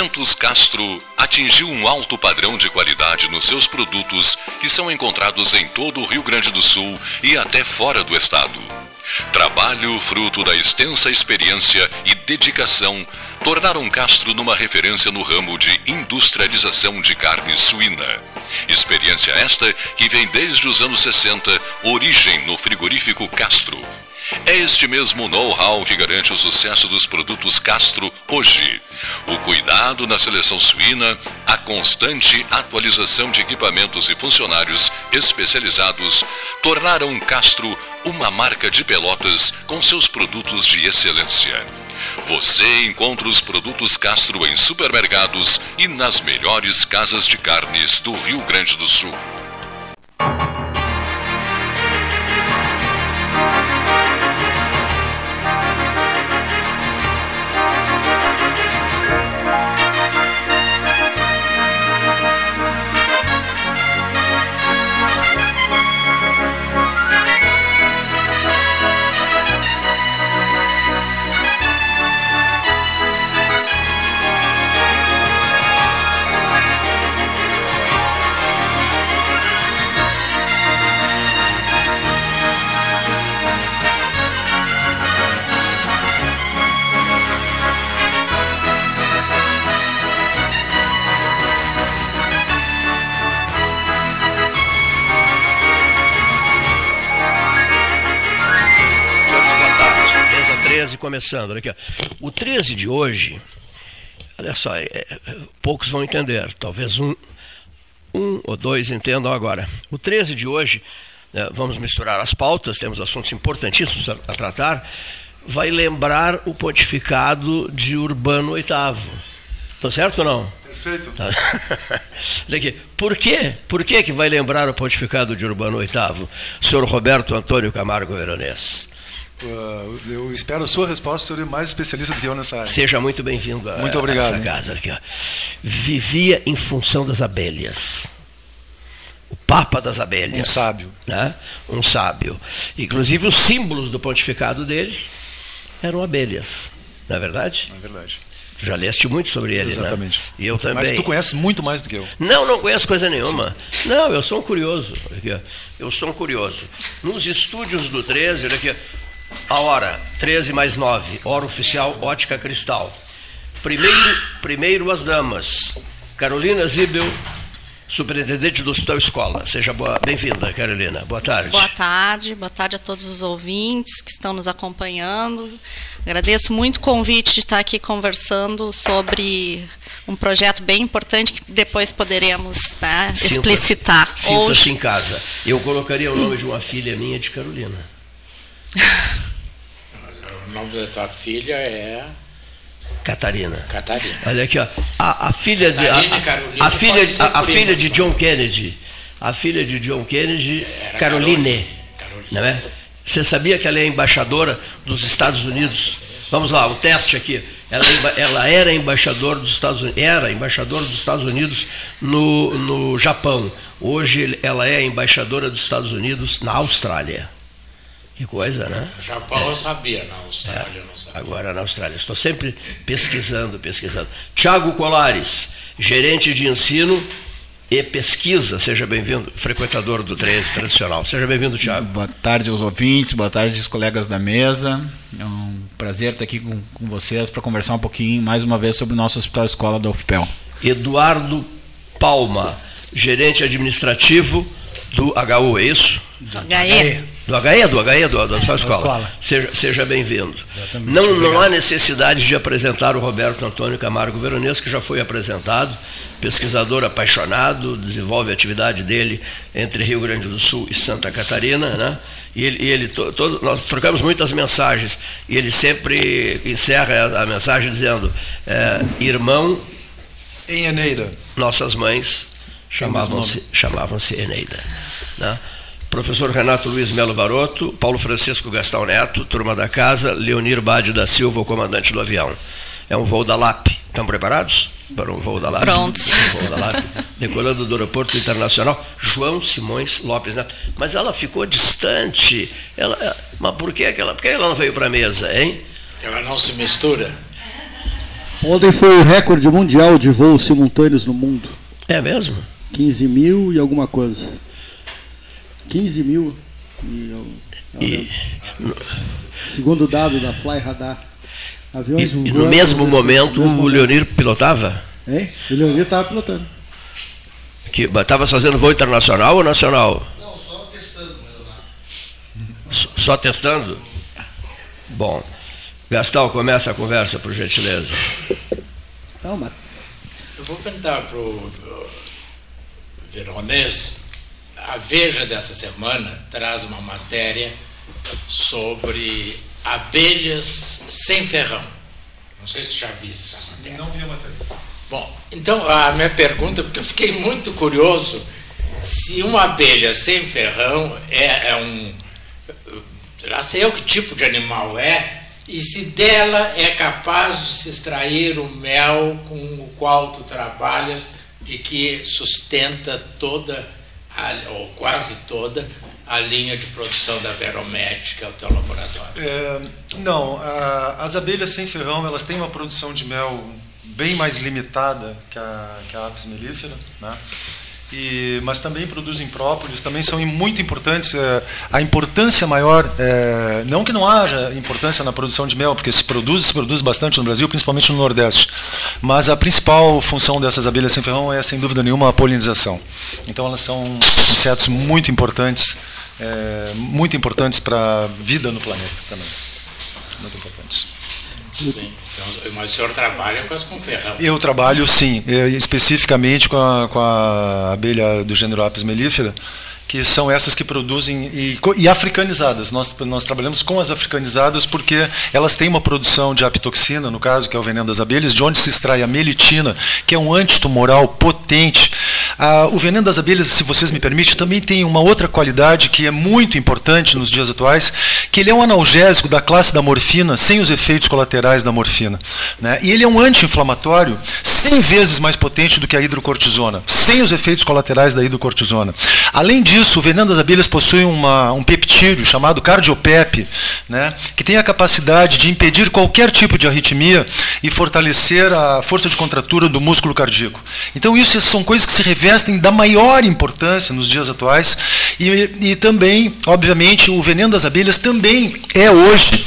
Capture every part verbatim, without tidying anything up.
Alimentos Castro atingiu um alto padrão de qualidade nos seus produtos que são encontrados em todo o Rio Grande do Sul e até fora do estado. Trabalho fruto da extensa experiência e dedicação tornaram Castro numa referência no ramo de industrialização de carne suína. Experiência esta que vem desde os anos sessenta, origem no frigorífico Castro. É este mesmo know-how que garante o sucesso dos produtos Castro hoje. O cuidado na seleção suína, a constante atualização de equipamentos e funcionários especializados tornaram Castro uma marca de Pelotas com seus produtos de excelência. Você encontra os produtos Castro em supermercados e nas melhores casas de carnes do Rio Grande do Sul. Começando, olha aqui, ó. O treze de hoje, olha só, é, é, poucos vão entender, talvez um, um ou dois entendam agora. O treze de hoje, né, vamos misturar as pautas, temos assuntos importantíssimos a, a tratar, vai lembrar o pontificado de Urbano oitavo. Estou certo ou não? Perfeito. Olha aqui, por quê? Por que que vai lembrar o pontificado de Urbano oitavo? Senhor Roberto Antônio Camargo Veronês. Uh, eu espero a sua resposta, o senhor é mais especialista do que eu nessa área. Seja muito bem-vindo a, muito obrigado, a essa casa. Aqui, ó. Vivia em função das abelhas. O Papa das abelhas. Um sábio. Né? Um sábio. Inclusive, os símbolos do pontificado dele eram abelhas. Não é verdade? É verdade. Tu já leste muito sobre ele, exatamente. Né? E eu também. Mas tu conhece muito mais do que eu. Não, não conheço coisa nenhuma. Sim. Não, eu sou um curioso. Aqui, ó. Eu sou um curioso. Nos estúdios do treze, olha aqui, a hora, treze mais nove, hora oficial, ótica cristal. Primeiro, primeiro as damas. Carolina Zibel, superintendente do Hospital Escola. Seja bem-vinda, Carolina. Boa tarde. Boa tarde, boa tarde a todos os ouvintes que estão nos acompanhando. Agradeço muito o convite de estar aqui conversando sobre um projeto bem importante que depois poderemos, né, sinta, explicitar. Sinta-se Hoje... em casa. Eu colocaria o nome de uma filha minha de Carolina. O nome da tua filha é Catarina. Catarina. Olha aqui, ó. A, a filha de a, a, a filha de, a, a filha de John Kennedy, a filha de John Kennedy, Era Caroline, Caroline. Não é? Você sabia que ela é embaixadora dos Estados Unidos? Vamos lá, o teste aqui. Ela, ela era embaixadora dos Estados Unidos, era embaixadora dos Estados Unidos no, no Japão. Hoje ela é embaixadora dos Estados Unidos na Austrália. Que coisa, né? No Japão é. eu sabia, na Austrália é. eu não sabia. Agora na Austrália. Estou sempre pesquisando, pesquisando. Tiago Colares, gerente de ensino e pesquisa. Seja bem-vindo, frequentador do treze tradicional. Seja bem-vindo, Tiago. Boa tarde aos ouvintes, boa tarde aos colegas da mesa. É um prazer estar aqui com, com vocês para conversar um pouquinho, mais uma vez, sobre o nosso Hospital Escola da U F P E L. Eduardo Palma, gerente administrativo do H U, é isso? Do H E. Do H E, do H E, do, da sua escola. escola. Seja, seja bem-vindo. Não, não há necessidade de apresentar o Roberto Antônio Camargo Veronês, que já foi apresentado, pesquisador apaixonado, desenvolve a atividade dele entre Rio Grande do Sul e Santa Catarina, né? E ele, e ele to, to, nós trocamos muitas mensagens, e ele sempre encerra a mensagem dizendo, é, irmão, em Eneida. Nossas mães chamavam-se chamavam-se Eneida, né? Professor Renato Luiz Melo Varoto, Paulo Francisco Gastão Neto, turma da casa, Leonir Bade da Silva, o comandante do avião. É um voo da L A P. Estão preparados para um voo da L A P? Prontos. Um voo da L A P. Decolando do aeroporto internacional, João Simões Lopes Neto. Mas ela ficou distante. Ela, mas por que ela, por que ela não veio para a mesa, hein? Ela não se mistura. Ontem foi o recorde mundial de voos simultâneos no mundo. É mesmo? quinze mil e alguma coisa. quinze mil. E, e, segundo o dado da Fly Radar. Aviões e, e no mesmo momento no mesmo o Leonir pilotava? É, o Leonir estava pilotando. Estava fazendo voo internacional ou nacional? Não, só testando. Só, só testando? Bom. Gastão, começa a conversa, por gentileza. Não, mas... Eu vou perguntar para o Veronês. A Veja dessa semana traz uma matéria sobre abelhas sem ferrão. Não sei se você já viu essa matéria. Não vi a matéria. Bom, então a minha pergunta, porque eu fiquei muito curioso, se uma abelha sem ferrão é, é um... Já sei eu que tipo de animal é, e se dela é capaz de se extrair o mel com o qual tu trabalhas e que sustenta toda, a, ou quase toda, a linha de produção da Veromed, que é o teu laboratório. É, não, a, as abelhas sem ferrão, elas têm uma produção de mel bem mais limitada que a, que a Apis mellifera, né? E, mas também produzem própolis, também são muito importantes. É, a importância maior, é, não que não haja importância na produção de mel, porque se produz, se produz bastante no Brasil, principalmente no Nordeste, mas a principal função dessas abelhas sem ferrão é, sem dúvida nenhuma, a polinização. Então elas são insetos muito importantes, é, muito importantes para a vida no planeta também. Muito importantes. Muito bem. Então, mas o senhor trabalha quase com ferrão? Eu trabalho, sim, especificamente com a, com a abelha do gênero Apis mellifera, que são essas que produzem, e, e africanizadas. Nós, nós trabalhamos com as africanizadas porque elas têm uma produção de apitoxina, no caso, que é o veneno das abelhas, de onde se extrai a melitina, que é um antitumoral potente. Ah, o veneno das abelhas, se vocês me permitem, também tem uma outra qualidade que é muito importante nos dias atuais, que ele é um analgésico da classe da morfina, sem os efeitos colaterais da morfina, né? E ele é um anti-inflamatório cem vezes mais potente do que a hidrocortisona, sem os efeitos colaterais da hidrocortisona. Além disso, o veneno das abelhas possui uma, um peptídeo chamado cardiopep, né, que tem a capacidade de impedir qualquer tipo de arritmia e fortalecer a força de contratura do músculo cardíaco. Então, isso são coisas que se revestem da maior importância nos dias atuais e, e também, obviamente, o veneno das abelhas também é hoje,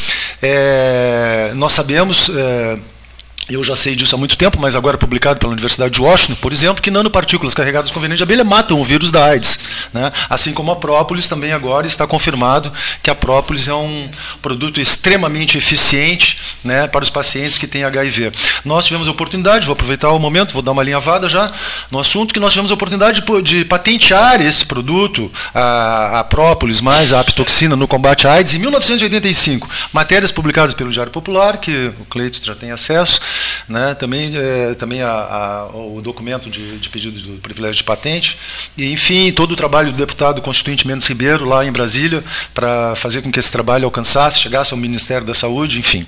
é, nós sabemos... É, eu já sei disso há muito tempo, mas agora publicado pela Universidade de Washington, por exemplo, que nanopartículas carregadas com veneno de abelha matam o vírus da AIDS, né? Assim como a própolis também agora está confirmado que a própolis é um produto extremamente eficiente, né, para os pacientes que têm H I V. Nós tivemos a oportunidade, vou aproveitar o momento, vou dar uma linhavada já no assunto, que nós tivemos a oportunidade de, de patentear esse produto, a, a própolis mais a apitoxina no combate à AIDS, em mil novecentos e oitenta e cinco. Matérias publicadas pelo Diário Popular, que o Cleito já tem acesso, né, também, é, também a, a, o documento de, de pedido do privilégio de patente, e, enfim, todo o trabalho do deputado Constituinte Mendes Ribeiro, lá em Brasília, para fazer com que esse trabalho alcançasse, chegasse ao Ministério da Saúde, enfim.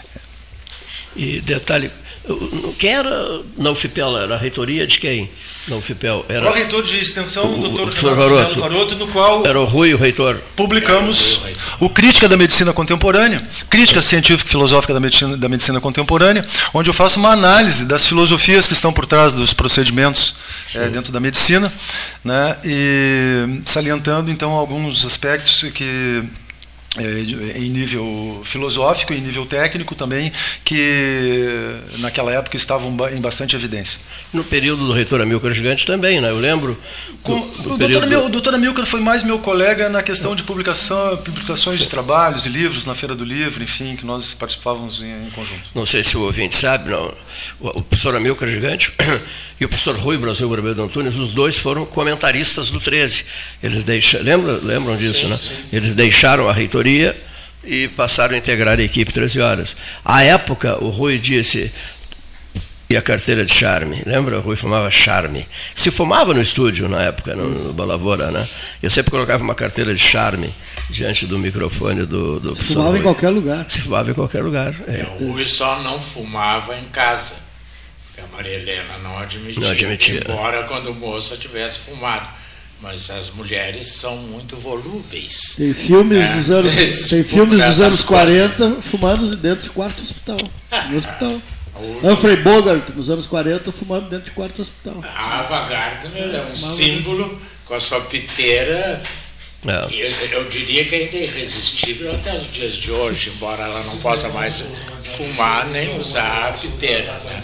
E detalhe, quem era na U F P E L? Era a reitoria de quem? Na U F P E L? Era o reitor de extensão, o doutor Varoto. Varoto, no qual era o Rui, o reitor. Publicamos o Crítica da Medicina Contemporânea, Crítica Científica e Filosófica da Medicina, da Medicina Contemporânea, onde eu faço uma análise das filosofias que estão por trás dos procedimentos é, dentro da medicina, né, e salientando, então, alguns aspectos que... em nível filosófico e em nível técnico também, que naquela época estavam em bastante evidência. No período do reitor Amilcar Gigante também, né? Eu lembro... Com, do, do o doutor Amilcar foi mais meu colega na questão de publicação, publicações de trabalhos e livros na Feira do Livro, enfim, que nós participávamos em, em conjunto. Não sei se o ouvinte sabe, não, o professor Amilcar Gigante e o professor Rui Brasil Barbeiro Antunes, os dois foram comentaristas do treze. Eles deixaram, lembram, lembram disso, sim, né? Sim. Eles deixaram a reitoria e passaram a integrar a equipe treze horas. À época, o Rui disse, e a carteira de charme, lembra? O Rui fumava charme. Se fumava no estúdio na época, no, no Balavora, né? Eu sempre colocava uma carteira de charme diante do microfone do, do Se fumava Rui. Em qualquer lugar. Se fumava em qualquer lugar. É. É, o Rui só não fumava em casa, porque a Maria Helena não admitia, não admitia. Embora quando moça tivesse fumado. Mas as mulheres são muito volúveis. Tem filmes é, dos anos, tem filmes dos anos quarenta fumados dentro do quarto do hospital. No hospital. Humphrey Bogart, nos anos quarenta, fumando dentro de quarto hospital. A Ava Gardner é um símbolo com a sua piteira. É. Eu, eu diria que ainda é irresistível até os dias de hoje, embora ela não possa mais fumar nem usar a piteira, né?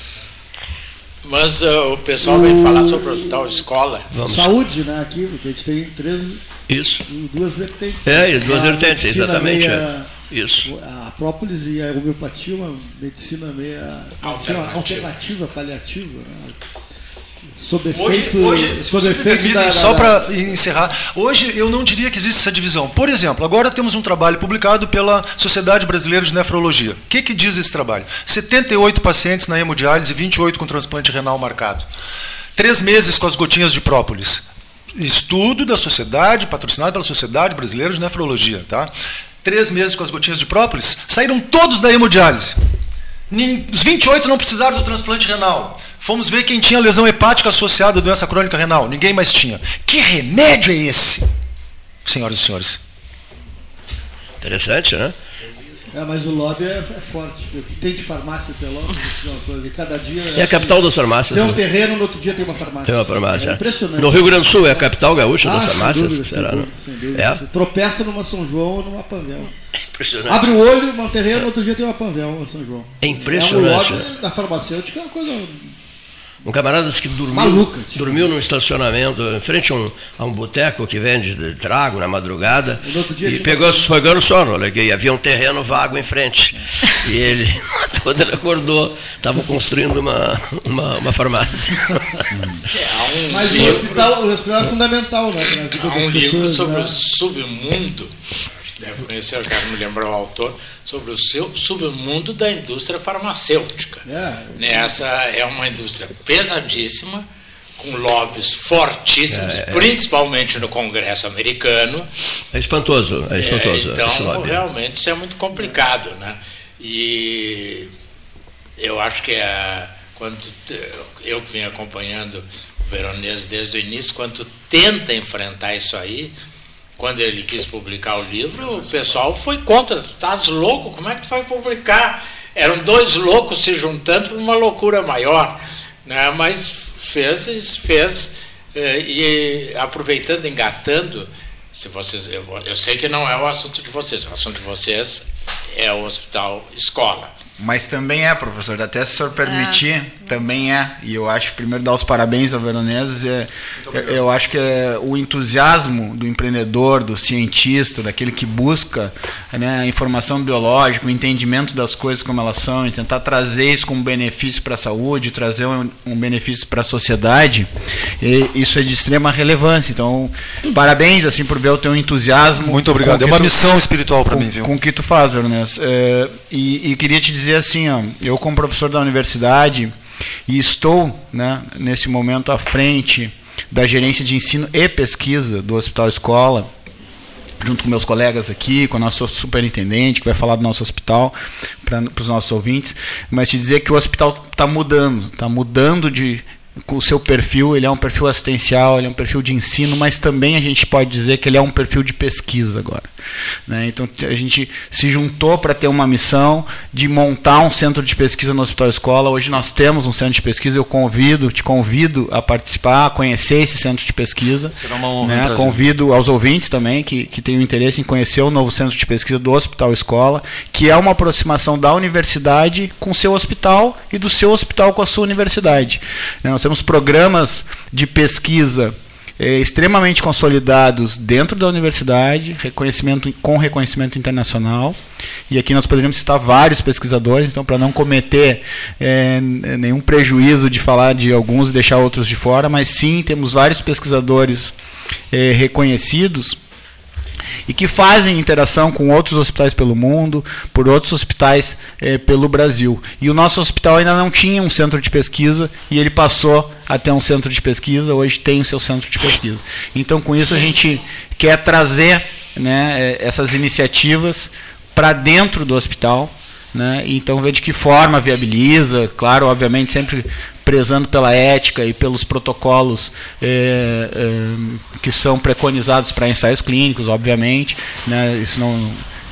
Mas uh, o pessoal o... vem falar sobre o hospital escola. Vamos. Saúde, né? Aqui, porque a gente tem três. Isso. Duas vertentes. É, duas vertentes, exatamente. Meia, é. Isso. A própolis e a homeopatia, uma medicina meia alternativa, alternativa paliativa. Né? Sob efeito, hoje, hoje, sob efeito da, só da... para encerrar, hoje eu não diria que existe essa divisão. Por exemplo, agora temos um trabalho publicado pela Sociedade Brasileira de Nefrologia. O que, que diz esse trabalho? setenta e oito pacientes na hemodiálise e vinte e oito com transplante renal marcado. Três meses com as gotinhas de própolis. Estudo da sociedade, patrocinado pela Sociedade Brasileira de Nefrologia. Tá? Três meses com as gotinhas de própolis, saíram todos da hemodiálise. Os vinte e oito não precisaram do transplante renal. Fomos ver quem tinha lesão hepática associada à doença crônica renal. Ninguém mais tinha. Que remédio é esse, senhoras e senhores? Interessante, né? É, mas o lobby é, é forte. O que tem de farmácia em Pelotas, cada dia... É a capital das farmácias. Tem um terreno, no outro dia tem uma farmácia. Tem uma farmácia. É impressionante. No Rio Grande do Sul é a capital gaúcha ah, das farmácias? Sem dúvida, será, sem não? Dúvida, sem dúvida. É? Você tropeça numa São João ou numa Panvel. É impressionante. Abre o olho, um terreno, no outro dia tem uma Panvel, uma São João. É impressionante. É, o lobby da farmacêutica é uma coisa... Um camarada que dormiu, Maluca, tipo. dormiu num estacionamento, em frente a um, a um boteco que vende trago na madrugada, e, e pegou, foi ganhando sono, olha, que havia um terreno vago em frente. E ele, quando ele acordou, estava construindo uma, uma, uma farmácia. É, um Mas livro, o, hospital, o hospital é fundamental, né? Há um livro pessoas, sobre né? o submundo, deve conhecer, eu quero me lembrar o autor, sobre o seu submundo da indústria farmacêutica. É. Essa é uma indústria pesadíssima, com lobbies fortíssimos, é, é. principalmente no Congresso americano. É espantoso, é espantoso. É, então, realmente, isso é muito complicado, né? E eu acho que é, quando eu que venho acompanhando o Veronese desde o início, quando tenta enfrentar isso aí, quando ele quis publicar o livro, o pessoal foi contra. Estás louco? Como é que tu vai publicar? Eram dois loucos se juntando por uma loucura maior, né? Mas fez, fez e aproveitando, engatando. Se vocês, eu, eu sei que não é o assunto de vocês. O assunto de vocês é o hospital escola. Mas também é, professor, até se o senhor permitir, é. também é. E eu acho, primeiro, dar os parabéns ao Veronese. É, eu acho que é o entusiasmo do empreendedor, do cientista, daquele que busca, né, a informação biológica, o entendimento das coisas como elas são, e tentar trazer isso como benefício para a saúde, trazer um, um benefício para a sociedade, e isso é de extrema relevância. Então, parabéns assim, por ver o teu entusiasmo. Muito obrigado. É uma tu, missão espiritual para mim, viu? Com o que tu faz, Veronese. É, e, e queria te dizer dizer assim, ó, eu como professor da universidade e estou, né, nesse momento à frente da gerência de ensino e pesquisa do Hospital Escola, junto com meus colegas aqui, com a nossa superintendente, que vai falar do nosso hospital para os nossos ouvintes, mas te dizer que o hospital está mudando, está mudando de... com o seu perfil, ele é um perfil assistencial, ele é um perfil de ensino, mas também a gente pode dizer que ele é um perfil de pesquisa agora, né? Então a gente se juntou para ter uma missão de montar um centro de pesquisa no Hospital Escola. Hoje nós temos um centro de pesquisa, eu convido, te convido a participar, a conhecer esse centro de pesquisa. Será uma honra, né? um Convido aos ouvintes também que, que tenham interesse em conhecer o novo centro de pesquisa do Hospital Escola, que é uma aproximação da universidade com o seu hospital e do seu hospital com a sua universidade. Nós temos programas de pesquisa eh, extremamente consolidados dentro da universidade, reconhecimento, com reconhecimento internacional, e aqui nós poderíamos citar vários pesquisadores, então para não cometer eh, nenhum prejuízo de falar de alguns e deixar outros de fora, mas sim, temos vários pesquisadores eh, reconhecidos e que fazem interação com outros hospitais pelo mundo, por outros hospitais eh, pelo Brasil. E o nosso hospital ainda não tinha um centro de pesquisa, e ele passou a ter um centro de pesquisa, hoje tem o seu centro de pesquisa. Então, com isso, a gente quer trazer, né, essas iniciativas para dentro do hospital, né? Então, ver de que forma viabiliza, claro, obviamente, sempre prezando pela ética e pelos protocolos é, é, que são preconizados para ensaios clínicos, obviamente, né? Isso não,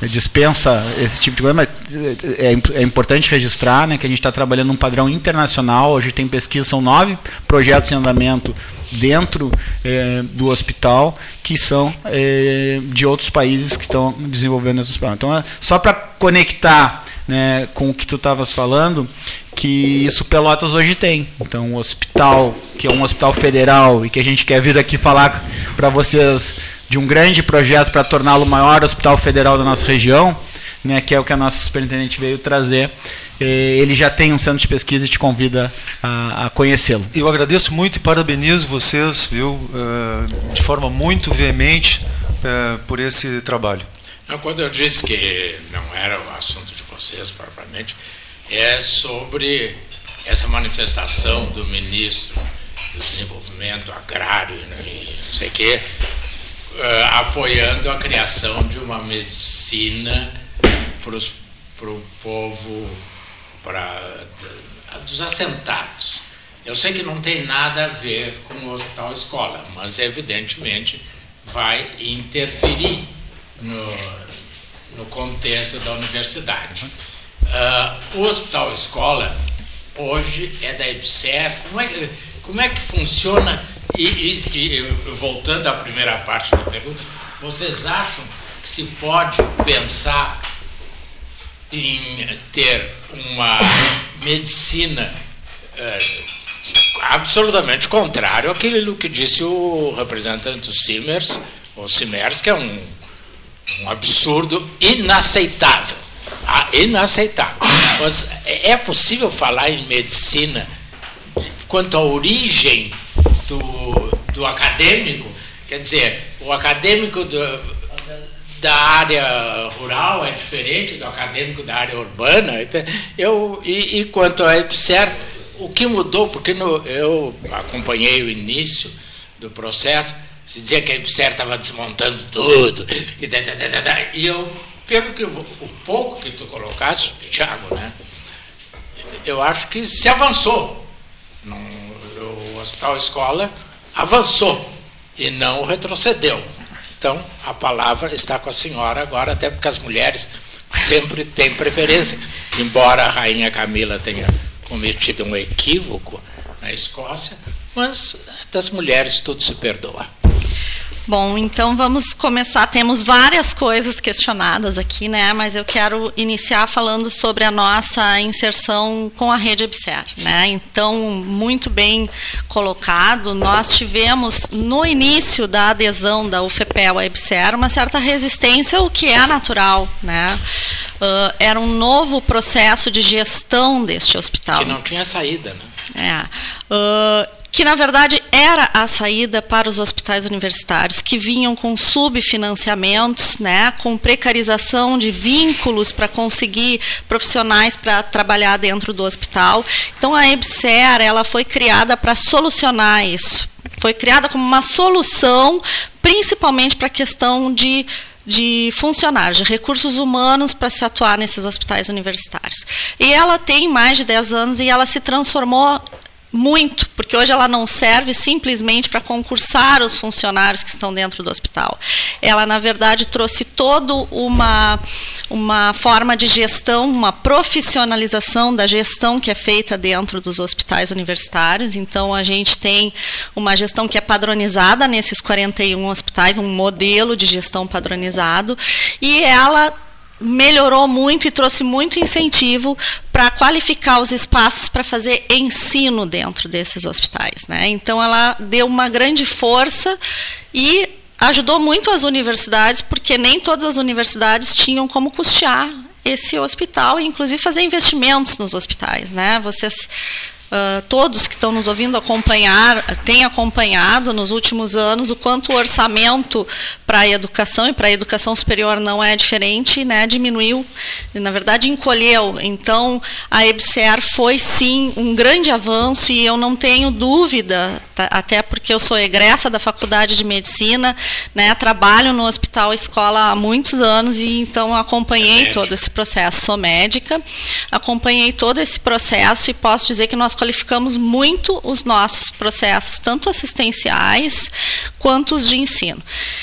dispensa esse tipo de coisa, mas é, é importante registrar, né, que a gente está trabalhando num padrão internacional. Hoje tem pesquisa, são nove projetos em andamento dentro é, do hospital, que são é, de outros países que estão desenvolvendo esse hospital. Então, é, só para conectar, né, com o que tu estavas falando, que isso Pelotas hoje tem. Então, o hospital, que é um hospital federal, e que a gente quer vir aqui falar para vocês de um grande projeto para torná-lo o maior hospital federal da nossa região, né, que é o que a nossa superintendente veio trazer. Ele já tem um centro de pesquisa e te convida a, a conhecê-lo. Eu agradeço muito e parabenizo vocês, viu, de forma muito veemente por esse trabalho. Quando eu disse que não era o assunto de vocês propriamente, é sobre essa manifestação do ministro do Desenvolvimento Agrário, né, e não sei o quê, uh, apoiando a criação de uma medicina para o povo, para dos assentados. Eu sei que não tem nada a ver com o hospital escola, mas evidentemente vai interferir no, no contexto da universidade. Uh, o hospital escola hoje é da EBSER. Como é, como é que funciona? E, e, e voltando à primeira parte da pergunta, vocês acham que se pode pensar em ter uma medicina uh, absolutamente contrário àquilo que disse o representante Simers, ou Simers, que é um, um absurdo inaceitável. Ah, inaceitável. Mas é possível falar em medicina quanto à origem do, do acadêmico? Quer dizer, o acadêmico do, da área rural é diferente do acadêmico da área urbana. Eu, e, e quanto à EBSER, o que mudou, porque no, eu acompanhei o início do processo, se dizia que a EBSER estava desmontando tudo, e, tá, tá, tá, tá, e eu, pelo que o pouco que tu colocaste, Thiago, né, eu acho que se avançou. No, o Hospital Escola avançou e não retrocedeu. Então, a palavra está com a senhora agora, até porque as mulheres sempre têm preferência, embora a rainha Camila tenha cometido um equívoco na Escócia, mas das mulheres tudo se perdoa. Bom, então vamos começar. Temos várias coisas questionadas aqui, né? Mas eu quero iniciar falando sobre a nossa inserção com a rede EBSER, né? Então, muito bem colocado. Nós tivemos no início da adesão da UFPEL à EBSER uma certa resistência, o que é natural, né? Uh, era um novo processo de gestão deste hospital. Que não tinha saída, né? É. Uh, que, na verdade, era a saída para os hospitais universitários, que vinham com subfinanciamentos, né, com precarização de vínculos para conseguir profissionais para trabalhar dentro do hospital. Então, a EBSER ela foi criada para solucionar isso. Foi criada como uma solução, principalmente para a questão de de funcionários, de recursos humanos para se atuar nesses hospitais universitários. E ela tem mais de dez anos e ela se transformou muito, porque hoje ela não serve simplesmente para concursar os funcionários que estão dentro do hospital. Ela, na verdade, trouxe toda uma, uma forma de gestão, uma profissionalização da gestão que é feita dentro dos hospitais universitários. Então, a gente tem uma gestão que é padronizada nesses quarenta e um hospitais, um modelo de gestão padronizado, e ela melhorou muito e trouxe muito incentivo para qualificar os espaços para fazer ensino dentro desses hospitais, né? Então, ela deu uma grande força e ajudou muito as universidades, porque nem todas as universidades tinham como custear esse hospital e, inclusive, fazer investimentos nos hospitais, né? Vocês... Uh, todos que estão nos ouvindo acompanhar, têm acompanhado nos últimos anos o quanto o orçamento para a educação e para a educação superior não é diferente, né, diminuiu, na verdade encolheu. Então, a EBSER foi sim um grande avanço e eu não tenho dúvida, tá, até porque eu sou egressa da Faculdade de Medicina, né, trabalho no Hospital Escola há muitos anos e então acompanhei todo esse processo. Sou médica, acompanhei todo esse processo e posso dizer que nós qualificamos muito os nossos processos, tanto assistenciais quanto os de ensino.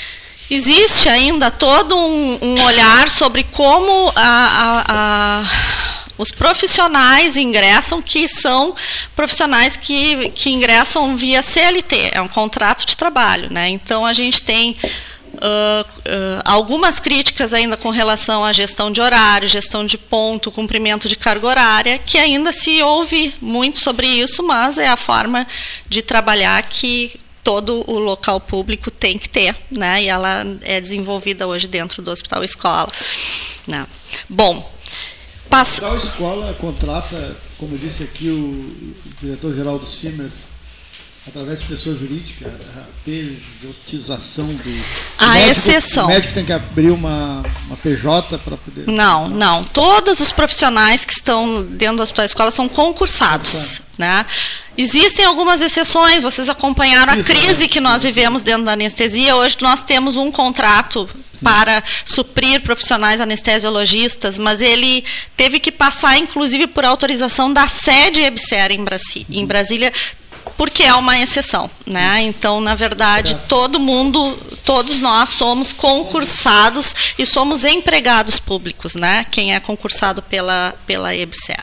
existe ainda todo um, um olhar sobre como a, a, a, os profissionais ingressam, que são profissionais que, que ingressam via C L T, é um contrato de trabalho, né? Então, a gente tem Uh, uh, algumas críticas ainda com relação à gestão de horário, gestão de ponto, cumprimento de carga horária, que ainda se ouve muito sobre isso, mas é a forma de trabalhar que todo o local público tem que ter, né? E ela é desenvolvida hoje dentro do Hospital Escola, né? Bom, passa... O Hospital Escola contrata, como disse aqui o diretor-geral do Simers, através de pessoa jurídica, a pejotização do... A médico, exceção. O médico tem que abrir uma, uma P J para poder... Não, não. Todos os profissionais que estão dentro do Hospital Escola são concursados, né? Existem algumas exceções, vocês acompanharam a crise que nós vivemos dentro da anestesia. Hoje nós temos um contrato para suprir profissionais anestesiologistas, mas ele teve que passar, inclusive, por autorização da sede EBSER em Brasília, porque é uma exceção, né? Então, na verdade, todo mundo, todos nós somos concursados e somos empregados públicos, né? Quem é concursado pela, pela EBSER.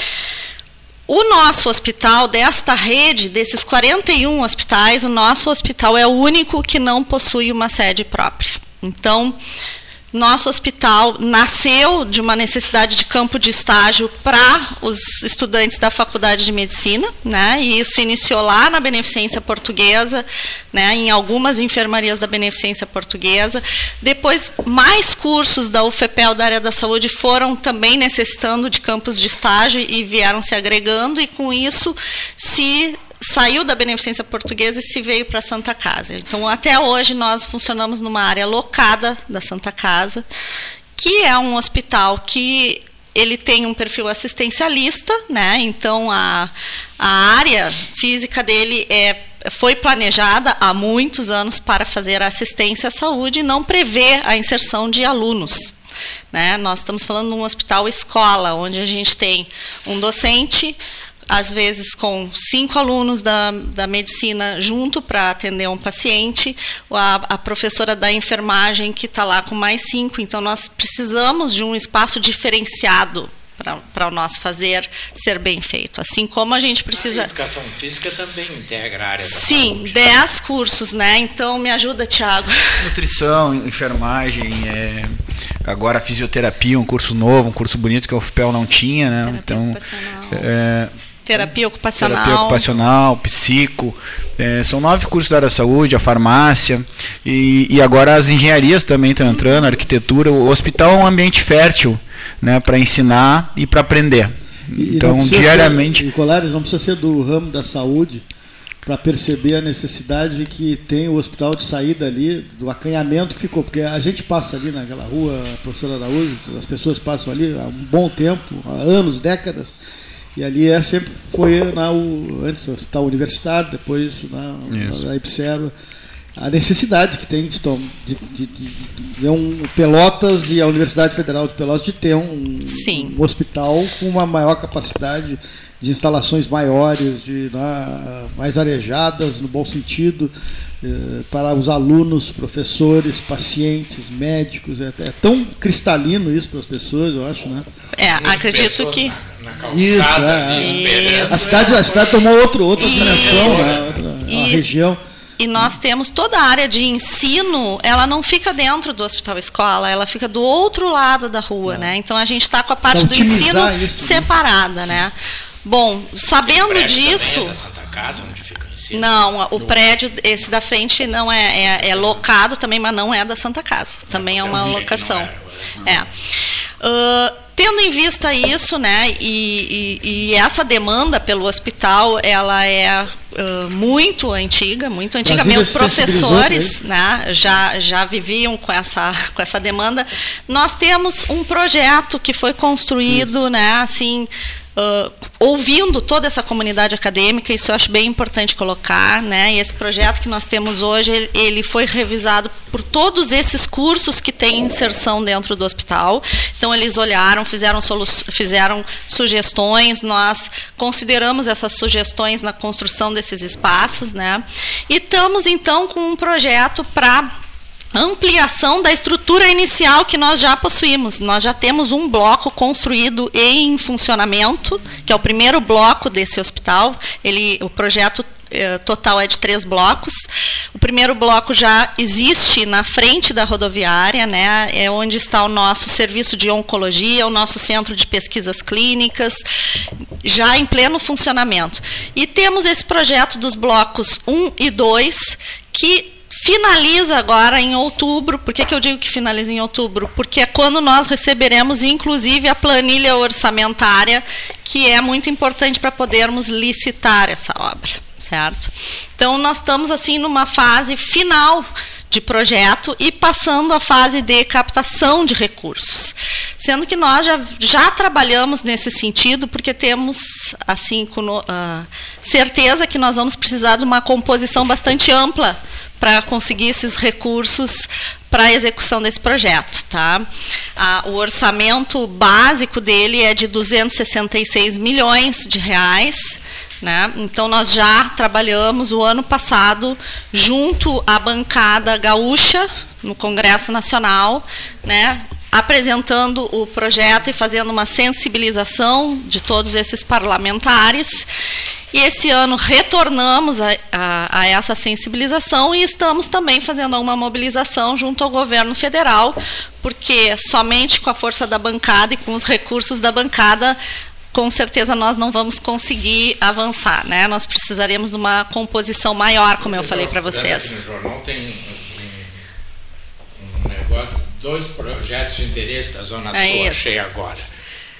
O nosso hospital, desta rede, desses quarenta e um hospitais, o nosso hospital é o único que não possui uma sede própria. Então, nosso hospital nasceu de uma necessidade de campo de estágio para os estudantes da Faculdade de Medicina, né? E isso iniciou lá na Beneficência Portuguesa, né? Em algumas enfermarias da Beneficência Portuguesa. Depois, mais cursos da U F P E L da área da saúde foram também necessitando de campos de estágio e vieram se agregando, e com isso se saiu da Beneficência Portuguesa e se veio para a Santa Casa. Então, até hoje, nós funcionamos numa área locada da Santa Casa, que é um hospital que ele tem um perfil assistencialista, né? Então, a, a área física dele é, foi planejada há muitos anos para fazer assistência à saúde e não prevê a inserção de alunos, né? Nós estamos falando de um hospital escola, onde a gente tem um docente, às vezes com cinco alunos da, da medicina junto para atender um paciente, a, a professora da enfermagem que está lá com mais cinco. Então, nós precisamos de um espaço diferenciado para o nosso fazer ser bem feito. Assim como a gente precisa... A educação física também integra a área da Sim, saúde. dez cursos, né? Então, me ajuda, Tiago. Nutrição, enfermagem, é... agora fisioterapia, um curso novo, um curso bonito que a U F P E L não tinha, né? Terapia então, ocupacional. É... Terapia ocupacional. Terapia ocupacional, psico. É, são nove cursos da área da saúde, a farmácia. E, e agora as engenharias também estão entrando, a arquitetura. O hospital é um ambiente fértil, né, para ensinar e para aprender. E, então, e diariamente. Ser, e Colares, não precisa ser do ramo da saúde para perceber a necessidade que tem o hospital de sair dali, do acanhamento que ficou. Porque a gente passa ali naquela rua, a professora Araújo, as pessoas passam ali há um bom tempo, há anos, décadas. E ali é, sempre foi na, o, antes o hospital universitário, depois na, na EBSER, a necessidade que tem de, de, de, de, de um Pelotas e a Universidade Federal de Pelotas de ter um, um hospital com uma maior capacidade de instalações maiores, de, na, mais arejadas, no bom sentido, eh, para os alunos, professores, pacientes, médicos. É, é tão cristalino isso para as pessoas, eu acho, né? É, acredito que... Na, na calçada, isso, é, a cidade, a cidade tomou outro, outra dimensão, né? Outra, e, uma região. E nós temos toda a área de ensino, ela não fica dentro do hospital escola, ela fica do outro lado da rua, né? Então a gente está com a parte do ensino isso, separada, né? né? Bom, sabendo o disso... É da Santa Casa, onde fica o ensino? Não, o prédio, esse da frente, não é, é, é locado também, mas não é da Santa Casa. Também é uma locação. É. Uh, tendo em vista isso, né, e, e, e essa demanda pelo hospital, ela é uh, muito antiga, muito antiga. Meus professores, né, já, já viviam com essa, com essa demanda. Nós temos um projeto que foi construído, isso. né, assim... Uh, ouvindo toda essa comunidade acadêmica, isso eu acho bem importante colocar, né? E esse projeto que nós temos hoje, ele, ele foi revisado por todos esses cursos que têm inserção dentro do hospital. Então, eles olharam, fizeram, solu fizeram sugestões, nós consideramos essas sugestões na construção desses espaços, né? E estamos, então, com um projeto para ampliação da estrutura inicial que nós já possuímos. Nós já temos um bloco construído e em funcionamento, que é o primeiro bloco desse hospital. Ele, o projeto eh, total é de três blocos. O primeiro bloco já existe na frente da rodoviária, né, é onde está o nosso serviço de oncologia, o nosso centro de pesquisas clínicas, já em pleno funcionamento. E temos esse projeto dos blocos um e dois, que finaliza agora em outubro. Por que que eu digo que finaliza em outubro? Porque é quando nós receberemos, inclusive, a planilha orçamentária, que é muito importante para podermos licitar essa obra, certo? Então, nós estamos, assim, numa fase final de projeto e passando a fase de captação de recursos. Sendo que nós já, já trabalhamos nesse sentido, porque temos, assim, com, uh, certeza que nós vamos precisar de uma composição bastante ampla para conseguir esses recursos para a execução desse projeto. Tá? Ah, o orçamento básico dele é de duzentos e sessenta e seis milhões de reais, né? Então, nós já trabalhamos o ano passado junto à bancada gaúcha, no Congresso Nacional, né, apresentando o projeto e fazendo uma sensibilização de todos esses parlamentares. E esse ano retornamos a, a, a essa sensibilização e estamos também fazendo uma mobilização junto ao governo federal, porque somente com a força da bancada e com os recursos da bancada, com certeza nós não vamos conseguir avançar, né? Nós precisaremos de uma composição maior, como eu falei para vocês. No jornal tem um, um negócio, dois projetos de interesse da Zona Sul, é achei agora.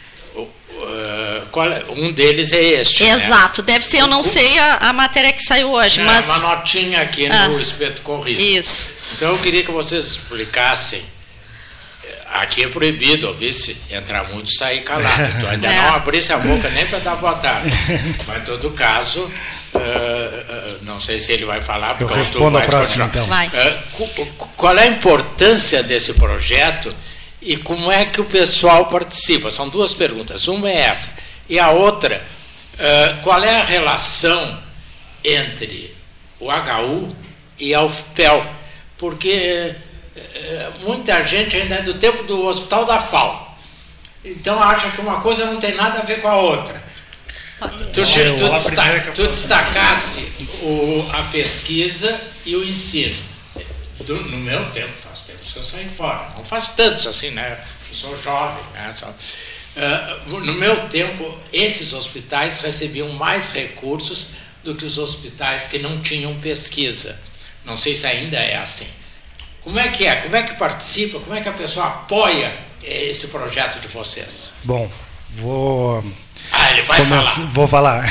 Uh, qual é? Um deles é este. Exato, né? Deve ser, eu não sei a, a matéria que saiu hoje, é, mas... uma notinha aqui ah, no Espeto Corrido. Isso. Então eu queria que vocês explicassem. Aqui é proibido, ouvir-se, entrar muito e sair calado. Tu ainda é. não abrisse a boca nem para dar boa tarde. Mas em todo caso, uh, uh, não sei se ele vai falar, porque eu respondo tu a próxima, então. Vai. Uh, qual é a importância desse projeto e como é que o pessoal participa? São duas perguntas. Uma é essa. E a outra, uh, qual é a relação entre o H U e a U F P E L? Porque uh, muita gente ainda é do tempo do Hospital da F A O. Então acha que uma coisa não tem nada a ver com a outra. Tu, tu, tu, desta, tu destacasse o, a pesquisa e o ensino. Do, no meu tempo, faz tempo que eu saí fora. Não faz tantos assim, né? Eu sou jovem, né? Só, uh, no meu tempo, esses hospitais recebiam mais recursos do que os hospitais que não tinham pesquisa. Não sei se ainda é assim. Como é que é? Como é que participa? Como é que a pessoa apoia esse projeto de vocês? Bom, vou... Ah, ele vai Começo, falar. Vou falar.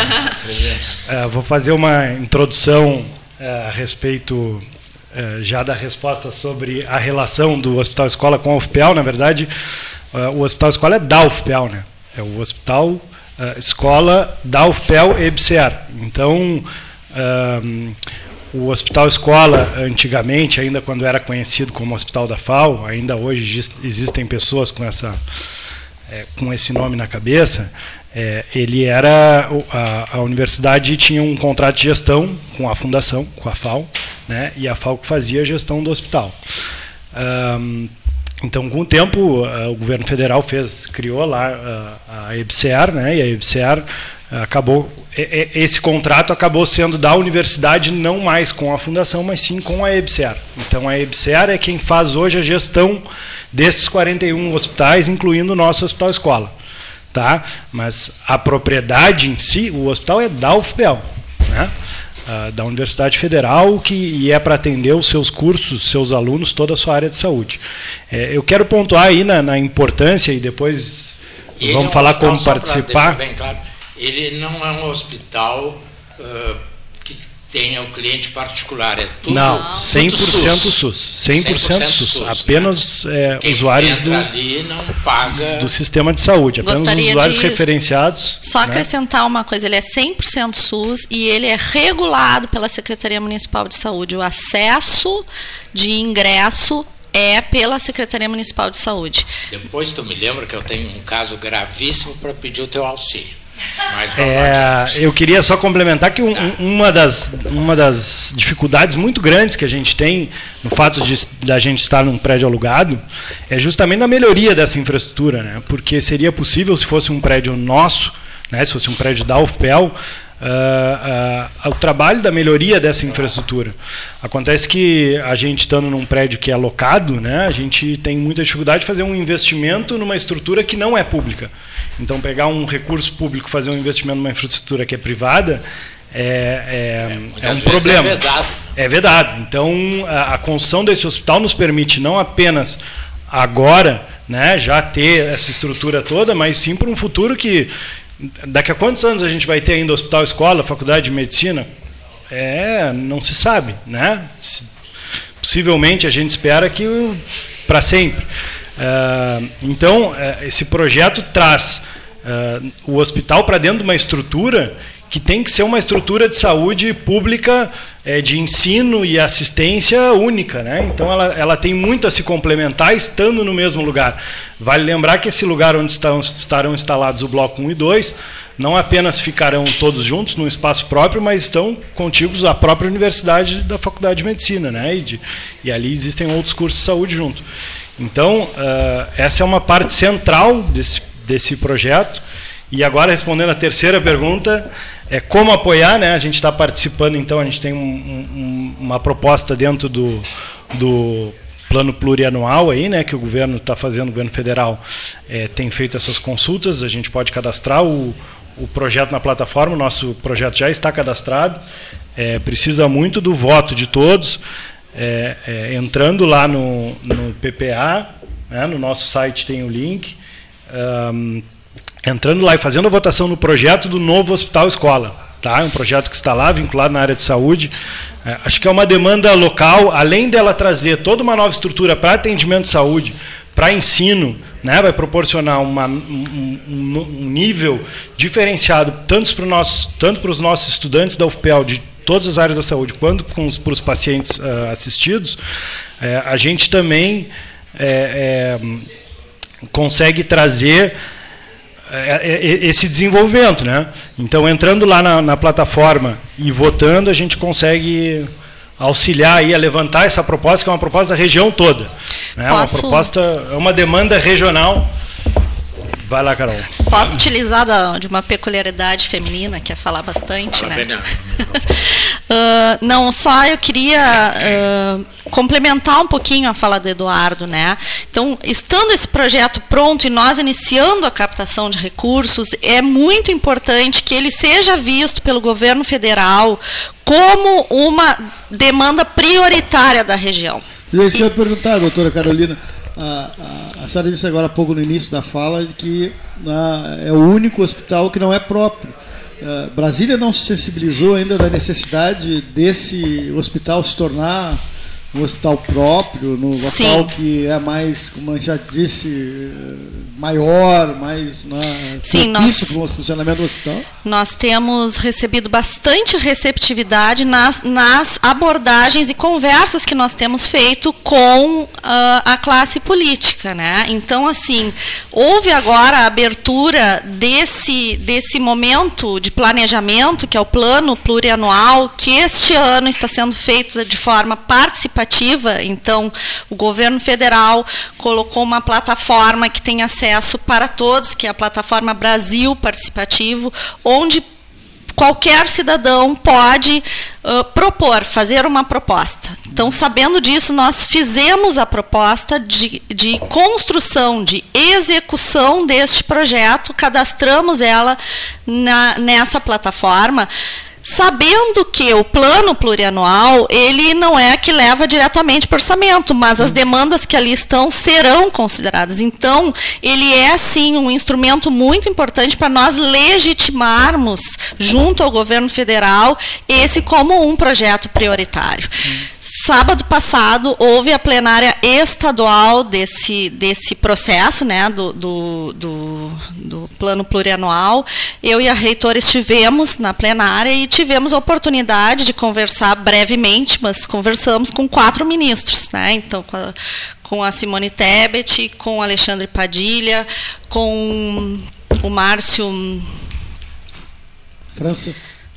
uh, vou fazer uma introdução uh, a respeito... já da resposta sobre a relação do Hospital Escola com a U F P E L. Na verdade, o Hospital Escola é da U F P E L, né? É o Hospital uh, Escola da U F P E L e EBSER. Então, um, o Hospital Escola, antigamente, ainda quando era conhecido como Hospital da F A O, ainda hoje existem pessoas com, essa, é, com esse nome na cabeça, é, ele era, a, a universidade tinha um contrato de gestão com a fundação, com a F A O, né, e a F A O que fazia a gestão do hospital. Um, então, com o tempo, uh, o governo federal fez, criou lá uh, a EBSER, né, e a EBSER uh, acabou, e, e, esse contrato acabou sendo da universidade, não mais com a fundação, mas sim com a EBSER. Então, a EBSER é quem faz hoje a gestão desses quarenta e um hospitais, incluindo o nosso Hospital Escola. Tá? Mas a propriedade em si, o hospital é da U F P E L, né? uh, da Universidade Federal, que e é para atender os seus cursos, seus alunos, toda a sua área de saúde. É, eu quero pontuar aí na, na importância, e depois e vamos é um falar como participar. Bem claro, ele não é um hospital uh, que tenha o cliente particular, é tudo não, cem por cento SUS. cem por cento SUS. Apenas né? é, usuários do, ali não paga... do sistema de saúde, apenas Gostaria usuários de referenciados. Só né? acrescentar uma coisa, ele é cem por cento SUS e ele é regulado pela Secretaria Municipal de Saúde. O acesso de ingresso é pela Secretaria Municipal de Saúde. Depois tu me lembra que eu tenho um caso gravíssimo para pedir o teu auxílio. É, eu queria só complementar que um, uma, das, uma das dificuldades muito grandes que a gente tem no fato de, de a gente estar num prédio alugado é justamente na melhoria dessa infraestrutura, né? Porque seria possível, se fosse um prédio nosso, né, se fosse um prédio da U F P E L, Uh, uh, o trabalho da melhoria dessa infraestrutura. Acontece que a gente estando num prédio que é alocado, né, a gente tem muita dificuldade de fazer um investimento numa estrutura que não é pública. Então, pegar um recurso público, fazer um investimento numa infraestrutura que é privada, é, é, é um problema. É vedado. É vedado. Então, a, a construção desse hospital nos permite não apenas agora, né, já ter essa estrutura toda, mas sim para um futuro que daqui a quantos anos a gente vai ter ainda hospital, escola, faculdade de medicina? É, não se sabe, né? Possivelmente a gente espera que para sempre. Uh, então, uh, esse projeto traz uh, o hospital para dentro de uma estrutura que tem que ser uma estrutura de saúde pública, é, de ensino e assistência única, né? Então ela, ela tem muito a se complementar estando no mesmo lugar. Vale lembrar que esse lugar onde estão, estarão instalados o bloco um e dois não apenas ficarão todos juntos num espaço próprio, mas estão contíguos à própria universidade da Faculdade de Medicina, né? E, de, e ali existem outros cursos de saúde junto. Então, uh, essa é uma parte central desse, desse projeto. E agora, respondendo a terceira pergunta, é como apoiar, né? A gente está participando, então, a gente tem um, um, uma proposta dentro do, do plano plurianual aí, né, que o governo está fazendo, o governo federal é, tem feito essas consultas, a gente pode cadastrar o, o projeto na plataforma, o nosso projeto já está cadastrado, é, precisa muito do voto de todos, é, é, entrando lá no, no P P A, né, no nosso site tem o link, um, entrando lá e fazendo a votação no projeto do novo Hospital Escola. Tá? É um projeto que está lá, vinculado na área de saúde. É, acho que é uma demanda local, além dela trazer toda uma nova estrutura para atendimento de saúde, para ensino, né? Vai proporcionar uma, um, um, um nível diferenciado tanto para, nossos, tanto para os nossos estudantes da U F P E L, de todas as áreas da saúde, quanto com os, para os pacientes uh, assistidos. É, a gente também é, é, consegue trazer esse desenvolvimento, né? Então, entrando lá na, na plataforma e votando, a gente consegue auxiliar aí a levantar essa proposta, que é uma proposta da região toda, né? Posso... Uma proposta, é uma demanda regional. Vai lá, Carol. Posso utilizar da, de uma peculiaridade feminina, que é falar bastante, Fala, né? uh, não, só eu queria uh, complementar um pouquinho a fala do Eduardo, né? Então, estando esse projeto pronto e nós iniciando a captação de recursos, é muito importante que ele seja visto pelo governo federal como uma demanda prioritária da região. Eu queria perguntar, doutora Carolina, A, a, a senhora disse agora há pouco no início da fala que a, é o único hospital que não é próprio. A, Brasília não se sensibilizou ainda da necessidade desse hospital se tornar um hospital próprio, no Sim. local que é mais, como a gente já disse, maior, mais na, Sim, nós, para o funcionamento do hospital? Nós temos recebido bastante receptividade nas, nas abordagens e conversas que nós temos feito com uh, a classe política, né? Então, assim, houve agora a abertura desse, desse momento de planejamento, que é o plano plurianual, que este ano está sendo feito de forma participativa. Então, o governo federal colocou uma plataforma que tem acesso para todos, que é a plataforma Brasil Participativo, onde qualquer cidadão pode uh, propor, fazer uma proposta. Então, sabendo disso, nós fizemos a proposta de, de construção, de execução deste projeto, cadastramos ela na, nessa plataforma, sabendo que o plano plurianual, ele não é que leva diretamente para o orçamento, mas as demandas que ali estão serão consideradas. Então, ele é, sim, um instrumento muito importante para nós legitimarmos, junto ao governo federal, esse como um projeto prioritário. Sábado passado, houve a plenária estadual desse, desse processo, né, do, do, do, do plano plurianual. Eu e a reitora estivemos na plenária e tivemos a oportunidade de conversar brevemente, mas conversamos com quatro ministros, né, então, com a, com a Simone Tebet, com o Alexandre Padilha, com o Márcio... França?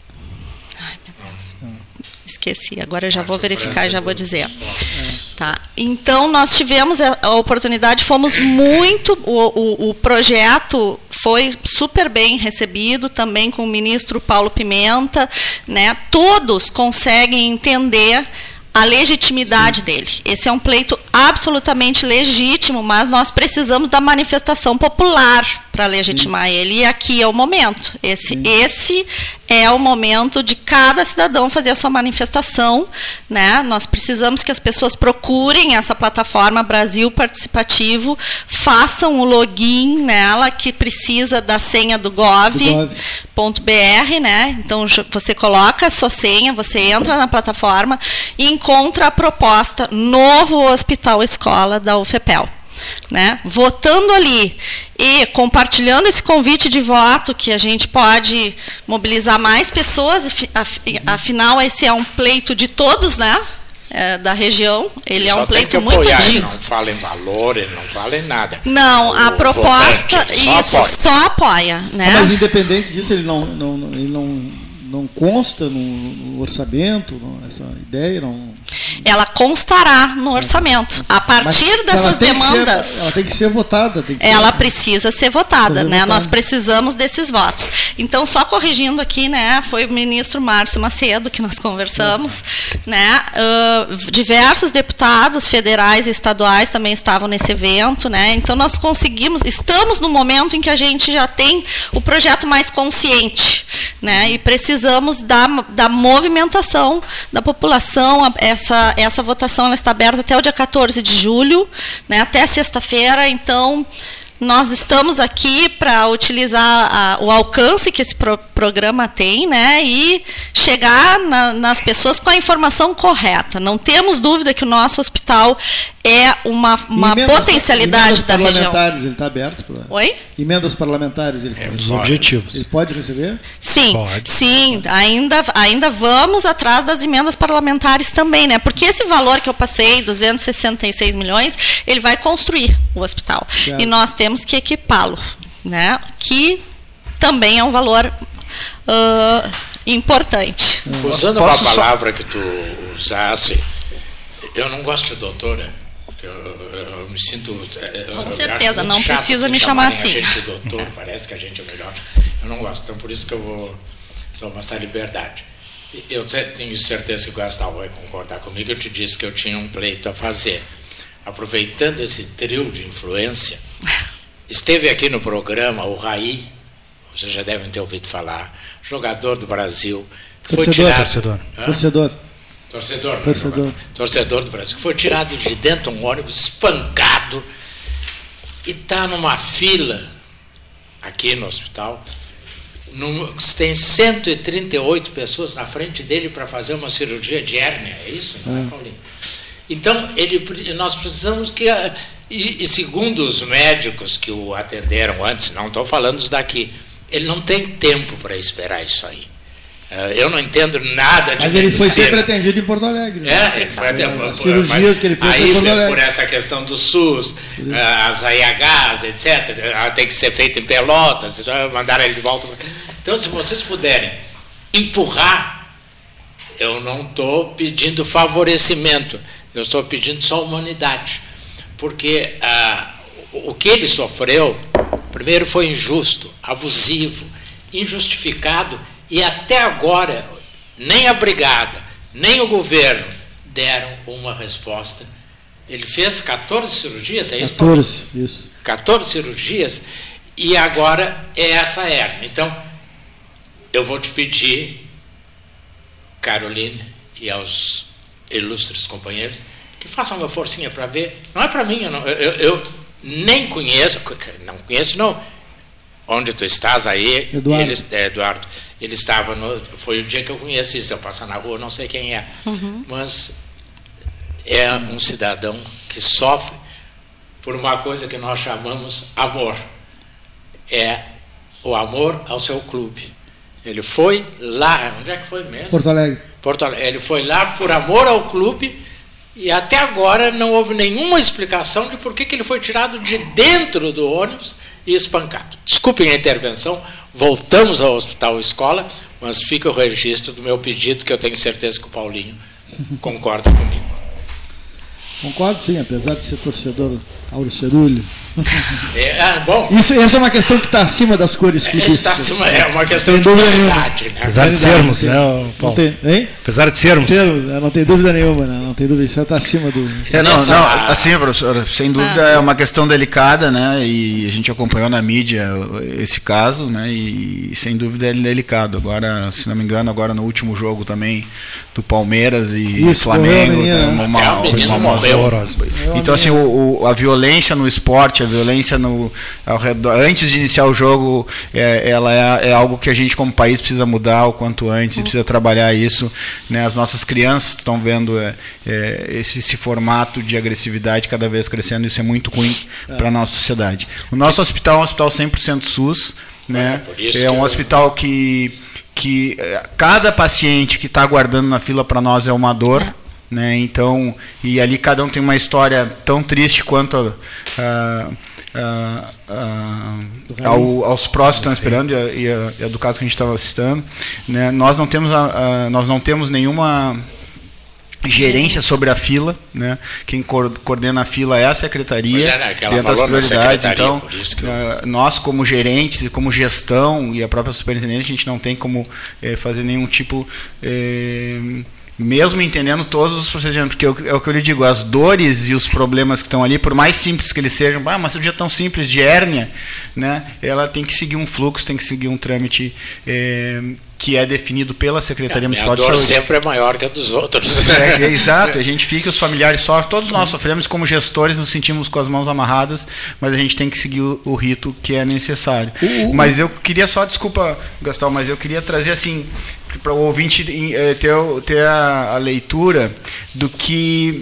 Ai, meu Deus. Esqueci, agora eu já vou verificar e já vou dizer. Tá. Então, nós tivemos a oportunidade, fomos muito, o, o, o projeto foi super bem recebido, também com o ministro Paulo Pimenta, né? Todos conseguem entender a legitimidade Sim. dele. Esse é um pleito absolutamente legítimo, mas nós precisamos da manifestação popular para legitimar Sim. ele, e aqui é o momento. Esse, esse é o momento de cada cidadão fazer a sua manifestação, né? Nós precisamos que as pessoas procurem essa plataforma Brasil Participativo, façam o login nela, que precisa da senha do gov ponto br, né? Então, você coloca a sua senha, você entra na plataforma e encontra a proposta Novo Hospital Escola da U F P E L. Né? Votando ali e compartilhando esse convite de voto, que a gente pode mobilizar mais pessoas, afinal esse é um pleito de todos, né? É, da região, ele é um pleito muito antigo. Não fala em valor, ele não fala em nada. Não, a proposta, isso, só apoia. Né? Ah, mas independente disso, ele não, não, ele não, não consta no, no orçamento, não, essa ideia não... Ela constará no orçamento. A partir Mas dessas demandas... Ser, ela tem que ser votada. Tem que ela ser, precisa ser votada. Né? Nós precisamos desses votos. Então, só corrigindo aqui, né, foi o ministro Márcio Macedo que nós conversamos. Uhum. Né? Uh, diversos deputados federais e estaduais também estavam nesse evento. Né? Então, nós conseguimos... Estamos no momento em que a gente já tem o projeto mais consciente. Né? E precisamos da, da movimentação da população. Essa, essa votação ela está aberta até o dia quatorze de julho, né, até sexta-feira. Então, nós estamos aqui para utilizar a, o alcance que esse pro, programa tem, né, e chegar na, nas pessoas com a informação correta. Não temos dúvida que o nosso hospital é uma, uma emendas, potencialidade da região. Emendas parlamentares, ele está aberto? Pra... Oi? Emendas parlamentares, ele é, os objetivos. Ele pode receber? Sim, pode. sim. Ainda, ainda vamos atrás das emendas parlamentares também, né? Porque esse valor que eu passei, duzentos e sessenta e seis milhões, ele vai construir o hospital. Certo. E nós temos que equipá-lo, né? Que também é um valor uh, importante. Usando Posso uma palavra só... que tu usasse, eu não gosto de doutora. Eu, eu, eu me sinto... Eu, Com certeza, não precisa me chamar assim. A gente de doutor, parece que a gente é melhor. Eu não gosto, então por isso que eu vou tomar essa liberdade. Eu tenho certeza que o Gastão vai concordar comigo. Eu te disse que eu tinha um pleito a fazer. Aproveitando esse trio de influência, esteve aqui no programa o Raí, vocês já devem ter ouvido falar, jogador do Brasil, que torcedor, foi tirado... Torcedor. Torcedor. Torcedor, torcedor. torcedor do Brasil, que foi tirado de dentro de um ônibus, espancado, e está numa fila aqui no hospital. Num, tem cento e trinta e oito pessoas na frente dele para fazer uma cirurgia de hérnia, é isso, não é, Paulinho? Então, ele, nós precisamos que... E, e segundo os médicos que o atenderam antes, não estou falando os daqui, ele não tem tempo para esperar isso aí. Eu não entendo nada de Mas ele medicina. Foi sempre atendido em Porto Alegre. Né? É, ele foi até por, as cirurgias que ele fez aí, em Porto Alegre. Por essa questão do SUS, as A I Hs, etcétera, tem que ser feito em Pelotas, mandaram ele de volta. Então, se vocês puderem empurrar, eu não estou pedindo favorecimento, eu estou pedindo só humanidade. Porque ah, o que ele sofreu, primeiro foi injusto, abusivo, injustificado, e até agora, nem a Brigada, nem o governo deram uma resposta. Ele fez quatorze cirurgias, é isso? quatorze, isso. quatorze cirurgias, e agora é essa hérnia. Então, eu vou te pedir, Caroline, e aos ilustres companheiros, que façam uma forcinha para ver. Não é para mim, eu, não, eu, eu nem conheço, não conheço, não. Onde tu estás aí, Eduardo. Ele, é, Eduardo, ele estava no, foi o dia que eu conheci, se eu passar na rua, não sei quem é, uhum. mas é um cidadão que sofre por uma coisa que nós chamamos amor. É o amor ao seu clube. Ele foi lá, onde é que foi mesmo? Porto Alegre. Porto Alegre. Ele foi lá por amor ao clube e até agora não houve nenhuma explicação de por que, que ele foi tirado de dentro do ônibus e espancado. Desculpem a intervenção, voltamos ao Hospital Escola, mas fica o registro do meu pedido, que eu tenho certeza que o Paulinho concorda comigo. Concordo, sim, apesar de ser torcedor Auro Cerulli. É, bom, Isso, essa é uma questão que está acima das cores clubísticas. Está acima, é uma questão de verdade, né? Apesar de sermos, né, Paulo? Tem, hein? Apesar de sermos. sermos. Não tem dúvida nenhuma, né? Não tem dúvida, isso está acima do... É, não, não, assim, professor, sem dúvida ah. é uma questão delicada, né? E a gente acompanhou na mídia esse caso, né? E sem dúvida é delicado. Agora, se não me engano, agora no último jogo também do Palmeiras e isso, Flamengo, menina, né? uma, uma, uma, uma horrorosa. Então, assim, o, o, a violência no esporte, a violência no, ao redor, antes de iniciar o jogo, é, ela é, é algo que a gente como país precisa mudar o quanto antes, e precisa trabalhar isso, né? As nossas crianças estão vendo é, é, esse, esse formato de agressividade cada vez crescendo, isso é muito ruim para a nossa sociedade. O nosso hospital é um hospital cem por cento SUS, né? É, é um hospital que, que cada paciente que está aguardando na fila para nós é uma dor. Né, então, e ali cada um tem uma história tão triste quanto uh, uh, uh, ao, aos próximos que estão esperando, e a, e, a, e a do caso que a gente estava citando, né, nós não temos a, a, nós não temos nenhuma gerência sobre a fila, né? Quem coordena a fila é a secretaria, é, dentro das prioridades. Então, eu... nós como gerentes, como gestão e a própria superintendência, a gente não tem como eh, fazer nenhum tipo eh, mesmo entendendo todos os procedimentos, porque é o que eu lhe digo, as dores e os problemas que estão ali, por mais simples que eles sejam, ah, uma cirurgia tão simples de hérnia, né, ela tem que seguir um fluxo, tem que seguir um trâmite é, que é definido pela Secretaria é, Municipal de Saúde. A dor sempre é maior que a dos outros. É, é, exato, a gente fica, os familiares sofrem, todos nós sofremos, como gestores nos sentimos com as mãos amarradas, mas a gente tem que seguir o, o rito que é necessário. Uhum. Mas eu queria só, desculpa, Gastão, mas eu queria trazer assim, para o ouvinte ter, ter a, a leitura do que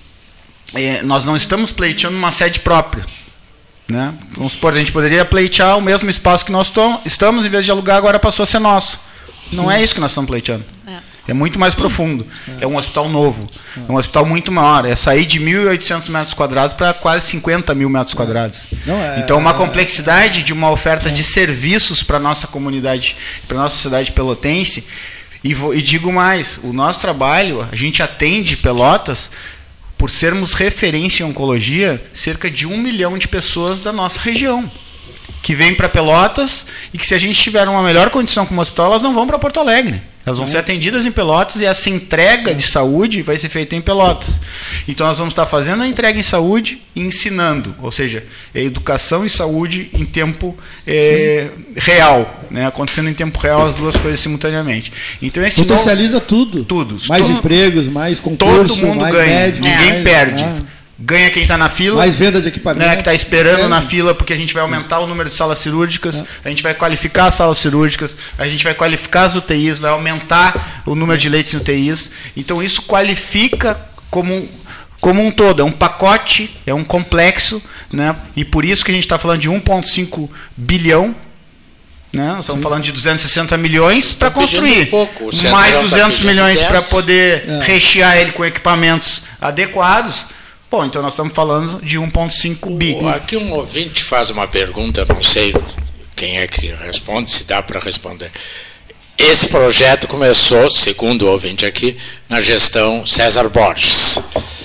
é, nós não estamos pleiteando uma sede própria. Né? Vamos supor, a gente poderia pleitear o mesmo espaço que nós estamos, em vez de alugar, agora passou a ser nosso. Não é isso que nós estamos pleiteando. É. É muito mais profundo. É um hospital novo. É um hospital muito maior. É sair de mil e oitocentos metros quadrados para quase cinquenta mil metros quadrados. Não, é, então, uma complexidade de uma oferta de serviços para a nossa comunidade, para a nossa sociedade pelotense. E, vou, e digo mais, o nosso trabalho, a gente atende Pelotas, por sermos referência em oncologia, cerca de um milhão de pessoas da nossa região, que vêm para Pelotas e que, se a gente tiver uma melhor condição como hospital, elas não vão para Porto Alegre. Elas vão é. ser atendidas em Pelotas e essa entrega é. de saúde vai ser feita em Pelotas. Então, nós vamos estar fazendo a entrega em saúde e ensinando, ou seja, é educação e saúde em tempo é, real, né? Acontecendo em tempo real as duas coisas simultaneamente. Então, esse potencializa novo, tudo. tudo. Mais tudo, empregos, mais concurso, todo mundo mais ganha, médico, ninguém mais, perde. Ah. Ganha quem está na fila, mais venda de equipamento, né, que está esperando sério? na fila, porque a gente vai aumentar o número de salas cirúrgicas, é. a gente vai qualificar as salas cirúrgicas, a gente vai qualificar as U T Is, vai aumentar o número de leitos em U T Is. Então, isso qualifica como, como um todo, é um pacote, é um complexo, né, e por isso que a gente está falando de um vírgula cinco bilhão. Né? Nós estamos Sim. falando de duzentos e sessenta milhões para construir, um mais duzentos tá milhões para poder é. rechear ele com equipamentos adequados. Bom, então nós estamos falando de um vírgula cinco bi. Aqui um ouvinte faz uma pergunta, não sei quem é que responde, se dá para responder. Esse projeto começou, segundo o ouvinte aqui, na gestão César Borges.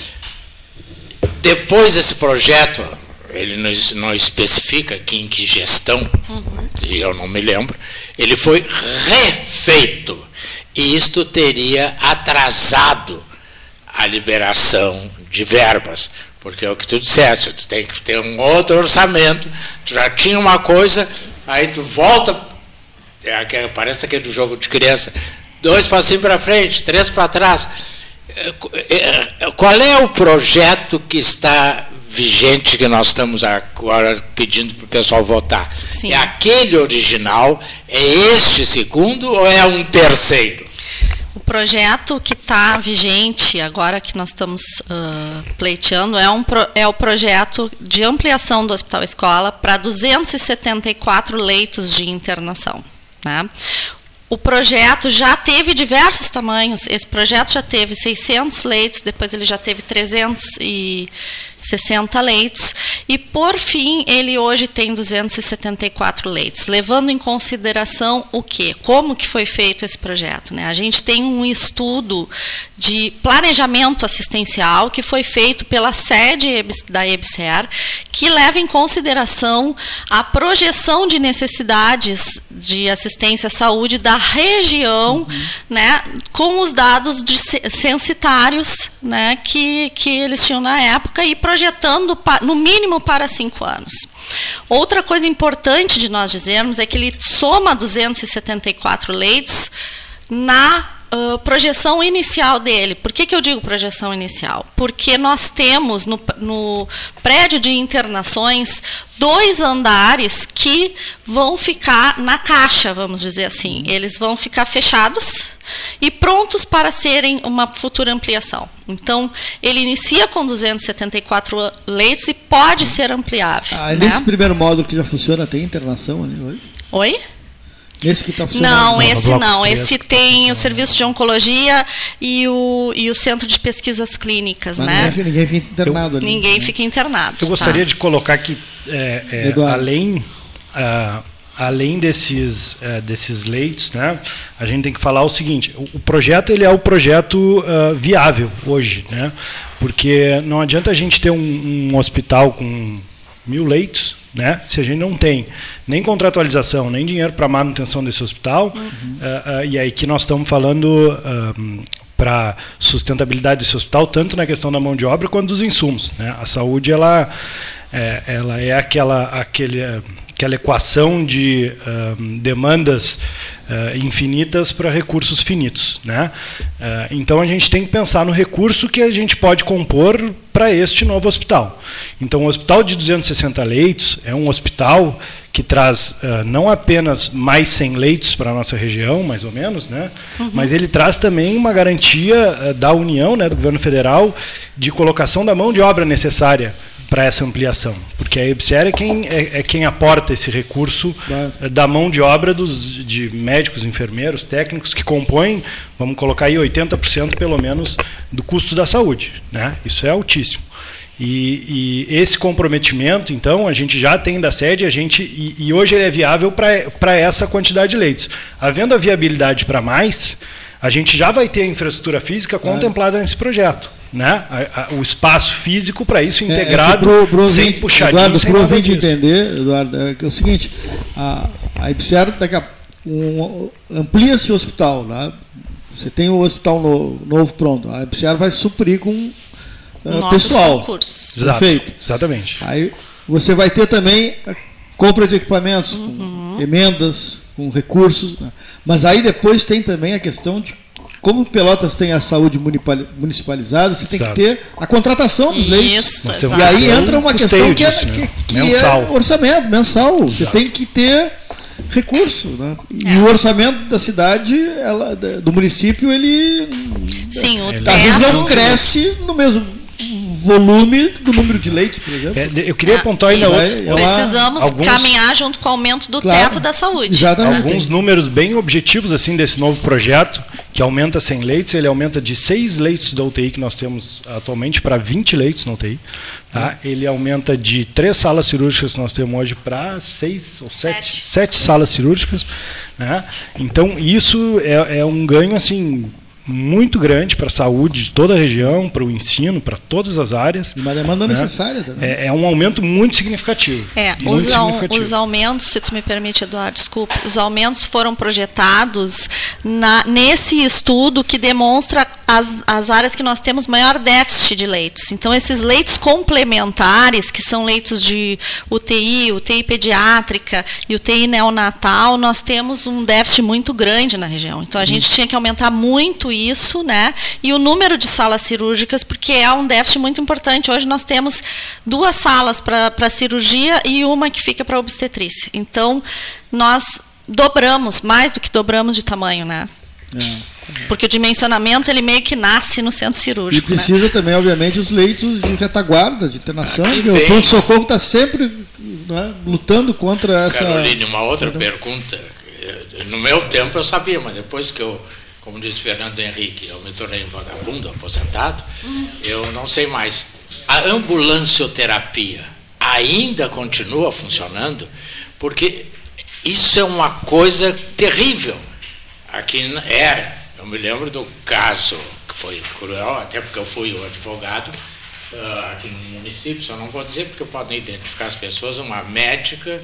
Depois desse projeto, ele não especifica aqui em que gestão, uhum. eu não me lembro, ele foi refeito. E isto teria atrasado a liberação de verbas, porque é o que tu disseste, tu tem que ter um outro orçamento, tu já tinha uma coisa, aí tu volta, é, parece aquele jogo de criança, dois passinhos para frente, três para trás. Qual é o projeto que está vigente, que nós estamos agora pedindo para o pessoal votar? Sim. É aquele original, é este segundo ou é um terceiro? O projeto que está vigente, agora que nós estamos uh, pleiteando, é, um pro, é o projeto de ampliação do Hospital Escola para duzentos e setenta e quatro leitos de internação. Né? O projeto já teve diversos tamanhos. Esse projeto já teve seiscentos leitos, depois ele já teve trezentos e sessenta leitos, e por fim ele hoje tem duzentos e setenta e quatro leitos, levando em consideração o quê? Como que foi feito esse projeto, né? A gente tem um estudo de planejamento assistencial que foi feito pela sede da EBSER, que leva em consideração a projeção de necessidades de assistência à saúde da região, uhum. né, com os dados de censitários, né, que, que eles tinham na época, e projetando no mínimo para cinco anos. Outra coisa importante de nós dizermos é que ele soma duzentos e setenta e quatro leitos na Uh, projeção inicial dele. Por que, que eu digo projeção inicial? Porque nós temos no, no prédio de internações dois andares que vão ficar na caixa, vamos dizer assim. Eles vão ficar fechados e prontos para serem uma futura ampliação. Então, ele inicia com duzentos e setenta e quatro leitos e pode ser ampliável. Ah, né? Nesse primeiro módulo que já funciona, tem internação ali hoje? Oi? Esse que está funcionando? Não, esse não. Esse tem o serviço de oncologia e o, e o centro de pesquisas clínicas, Mas né? Ninguém, ninguém fica internado eu, ali. Ninguém né? fica internado. Eu gostaria tá. de colocar que, é, é, além, uh, além desses, uh, desses leitos, né, a gente tem que falar o seguinte: o, o projeto ele é o projeto uh, viável hoje, né? Porque não adianta a gente ter um, um hospital com mil leitos, né, se a gente não tem nem contratualização, nem dinheiro para a manutenção desse hospital, uhum. uh, uh, e aí que nós estamos falando uh, para sustentabilidade desse hospital, tanto na questão da mão de obra quanto dos insumos, né? A saúde ela é, ela é aquela, aquele, aquela equação de uh, demandas uh, infinitas para recursos finitos, né? Uh, então a gente tem que pensar no recurso que a gente pode compor para este novo hospital. Então, o hospital de duzentos e sessenta leitos é um hospital que traz uh, não apenas mais cem leitos para a nossa região, mais ou menos, né? Uhum. Mas ele traz também uma garantia uh, da União, né, do governo federal, de colocação da mão de obra necessária para essa ampliação, porque a EBSER é quem, é, é quem aporta esse recurso claro. uh, da mão de obra dos, de médicos, enfermeiros, técnicos que compõem, vamos colocar aí oitenta por cento pelo menos do custo da saúde, né? Isso é altíssimo. E, e esse comprometimento, então, a gente já tem da sede, a gente, e, e hoje ele é viável para essa quantidade de leitos. Havendo a viabilidade para mais, a gente já vai ter a infraestrutura física claro. contemplada nesse projeto. Né? A, a, o espaço físico para isso integrado, é, é pro, pro sem ouvinte, puxadinho, Eduardo, sem para o nada ouvinte disso. entender, Eduardo, é, que é o seguinte, a, a EBSER um, amplia-se o hospital, né? Você tem o hospital no, novo pronto, a EBSER vai suprir com uh, pessoal. Concursos. Exato, perfeito. Exatamente. Aí você vai ter também a compra de equipamentos, uhum. com emendas, com recursos, né? Mas aí depois tem também a questão de como Pelotas tem a saúde municipalizada, você tem Exato. que ter a contratação dos leitos. Isso, e aí entra uma questão que é, que, que é orçamento mensal. Exato. Você tem que ter recurso, né? E é. o orçamento da cidade, ela, do município, ele Sim, o às vezes não cresce no mesmo volume do número de leitos, por exemplo. É, eu queria é, apontar ainda outro. Precisamos alguns, caminhar junto com o aumento do claro, teto da saúde. Exatamente. Alguns números bem objetivos assim desse novo projeto, que aumenta cem leitos, ele aumenta de seis leitos da U T I que nós temos atualmente para vinte leitos na U T I. Tá? Ele aumenta de três salas cirúrgicas que nós temos hoje para seis ou sete, sete. sete salas cirúrgicas. Né? Então, isso é, é um ganho assim muito grande para a saúde de toda a região, para o ensino, para todas as áreas. E uma demanda né? necessária também. É, é um aumento muito significativo. É, muito os, significativo. os aumentos, se tu me permite, Eduardo, desculpa, os aumentos foram projetados na, nesse estudo que demonstra as, as áreas que nós temos maior déficit de leitos. Então, esses leitos complementares, que são leitos de U T I, U T I pediátrica e U T I neonatal, nós temos um déficit muito grande na região. Então, a Sim. gente tinha que aumentar muito isso, né? E o número de salas cirúrgicas, porque é um déficit muito importante. Hoje nós temos duas salas para cirurgia e uma que fica para obstetrícia. Então, nós dobramos, mais do que dobramos de tamanho, né? É. Porque o dimensionamento, ele meio que nasce no centro cirúrgico. E precisa né? também, obviamente, os leitos de retaguarda, de internação. O pronto-socorro está sempre né, lutando contra essa... Caroline, uma outra pergunta. No meu tempo eu sabia, mas depois que eu, como disse Fernando Henrique, eu me tornei um vagabundo, aposentado, uhum. eu não sei mais. a ambulancioterapia ainda continua funcionando, porque isso é uma coisa terrível. Aqui era, eu me lembro do caso que foi cruel, até porque eu fui o advogado uh, aqui no município, só não vou dizer porque podem identificar as pessoas. Uma médica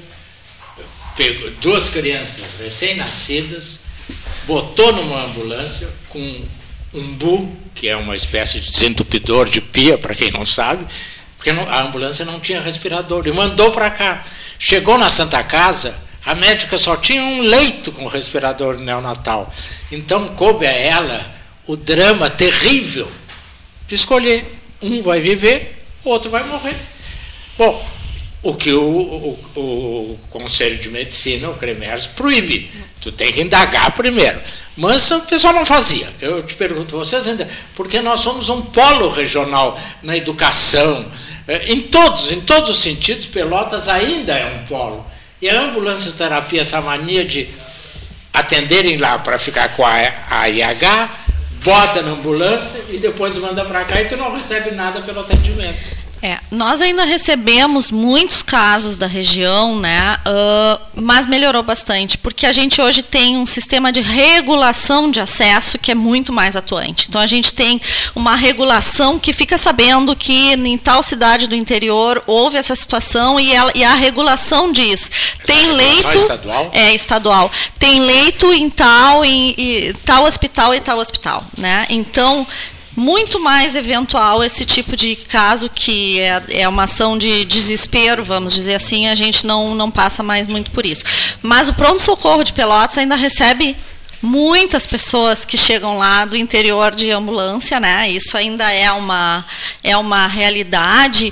pegou duas crianças recém-nascidas, botou numa ambulância com um bu, que é uma espécie de desentupidor de pia, para quem não sabe, porque não, a ambulância não tinha respirador, e mandou para cá. Chegou na Santa Casa, a médica só tinha um leito com respirador neonatal. Então coube a ela o drama terrível de escolher. Um vai viver, o outro vai morrer. Bom, o que o, o, o Conselho de Medicina, o CREMERS, proíbe. Tu tem que indagar primeiro. Mas o pessoal não fazia. Eu te pergunto, vocês ainda... Porque nós somos um polo regional na educação. Em todos, em todos os sentidos, Pelotas ainda é um polo. E a ambulancioterapia, essa mania de atenderem lá para ficar com a, a I H, bota na ambulância e depois manda para cá e tu não recebe nada pelo atendimento. É, nós ainda recebemos muitos casos da região, né, uh, mas melhorou bastante, porque a gente hoje tem um sistema de regulação de acesso que é muito mais atuante. Então, a gente tem uma regulação que fica sabendo que em tal cidade do interior houve essa situação e, ela, e a regulação diz, essa tem leito... estadual? É, estadual. Tem leito em tal, em, em tal hospital e tal hospital, né? Então... muito mais eventual esse tipo de caso, que é, é uma ação de desespero, vamos dizer assim, a gente não, não passa mais muito por isso. Mas o pronto-socorro de Pelotas ainda recebe muitas pessoas que chegam lá do interior de ambulância, né? Isso ainda é uma, é uma realidade.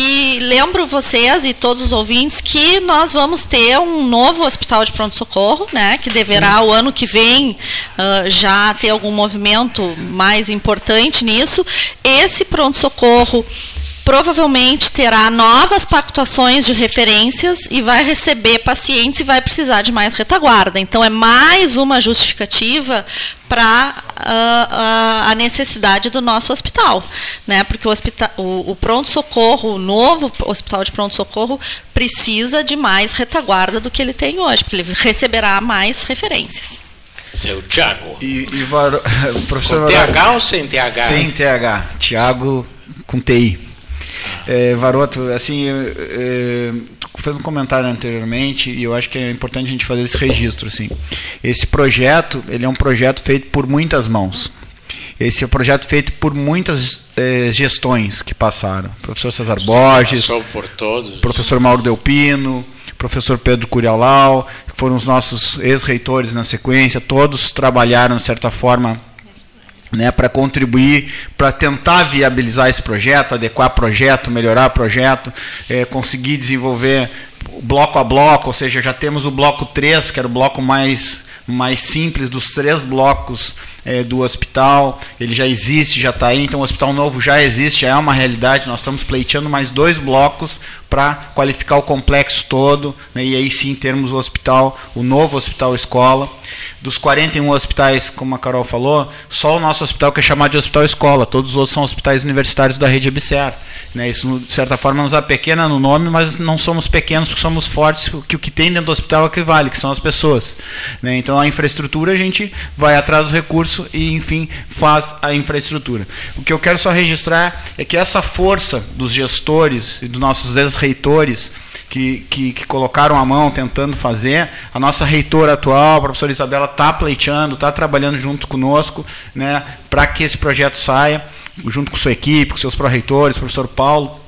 E lembro vocês e todos os ouvintes que nós vamos ter um novo hospital de pronto-socorro, né? Que deverá, o ano que vem, uh, já ter algum movimento mais importante nisso. Esse pronto-socorro provavelmente terá novas pactuações de referências e vai receber pacientes e vai precisar de mais retaguarda. Então, é mais uma justificativa para uh, uh, a necessidade do nosso hospital, né? Porque o, hospital, o, o pronto-socorro, o novo hospital de pronto-socorro, precisa de mais retaguarda do que ele tem hoje, porque ele receberá mais referências. Seu Tiago. E, e var... professor com T H ou sem T H? Sem T H. Tiago com T I. É, Varoto, assim, é, tu fez um comentário anteriormente e eu acho que é importante a gente fazer esse registro, assim. Esse projeto, ele é um projeto feito por muitas mãos. Esse é um projeto feito por muitas é, gestões que passaram. Professor César Borges, passou por todos. Professor Mauro Delpino, professor Pedro Curialau, que foram os nossos ex-reitores na sequência, todos trabalharam, de certa forma, né, para contribuir, para tentar viabilizar esse projeto, adequar projeto, melhorar projeto, é, conseguir desenvolver bloco a bloco, ou seja, já temos o bloco três, que era o bloco mais, mais simples dos três blocos é, do hospital, ele já existe, já está aí, então o hospital novo já existe, já é uma realidade, nós estamos pleiteando mais dois blocos para qualificar o complexo todo, né, e aí sim termos o hospital, o novo hospital escola. Dos quarenta e um hospitais, como a Carol falou, só o nosso hospital que é chamado de hospital escola, todos os outros são hospitais universitários da rede EBSER, né? Isso, de certa forma, nos apequena no nome, mas não somos pequenos, porque somos fortes, que o que tem dentro do hospital é o que vale, que são as pessoas, né? Então, a infraestrutura, a gente vai atrás do recurso e, enfim, faz a infraestrutura. O que eu quero só registrar é que essa força dos gestores e dos nossos ex-reitores, Que, que, que colocaram a mão tentando fazer, a nossa reitora atual, a professora Isabela, está pleiteando, está trabalhando junto conosco, né, para que esse projeto saia, junto com sua equipe, com seus pró-reitores, professor Paulo.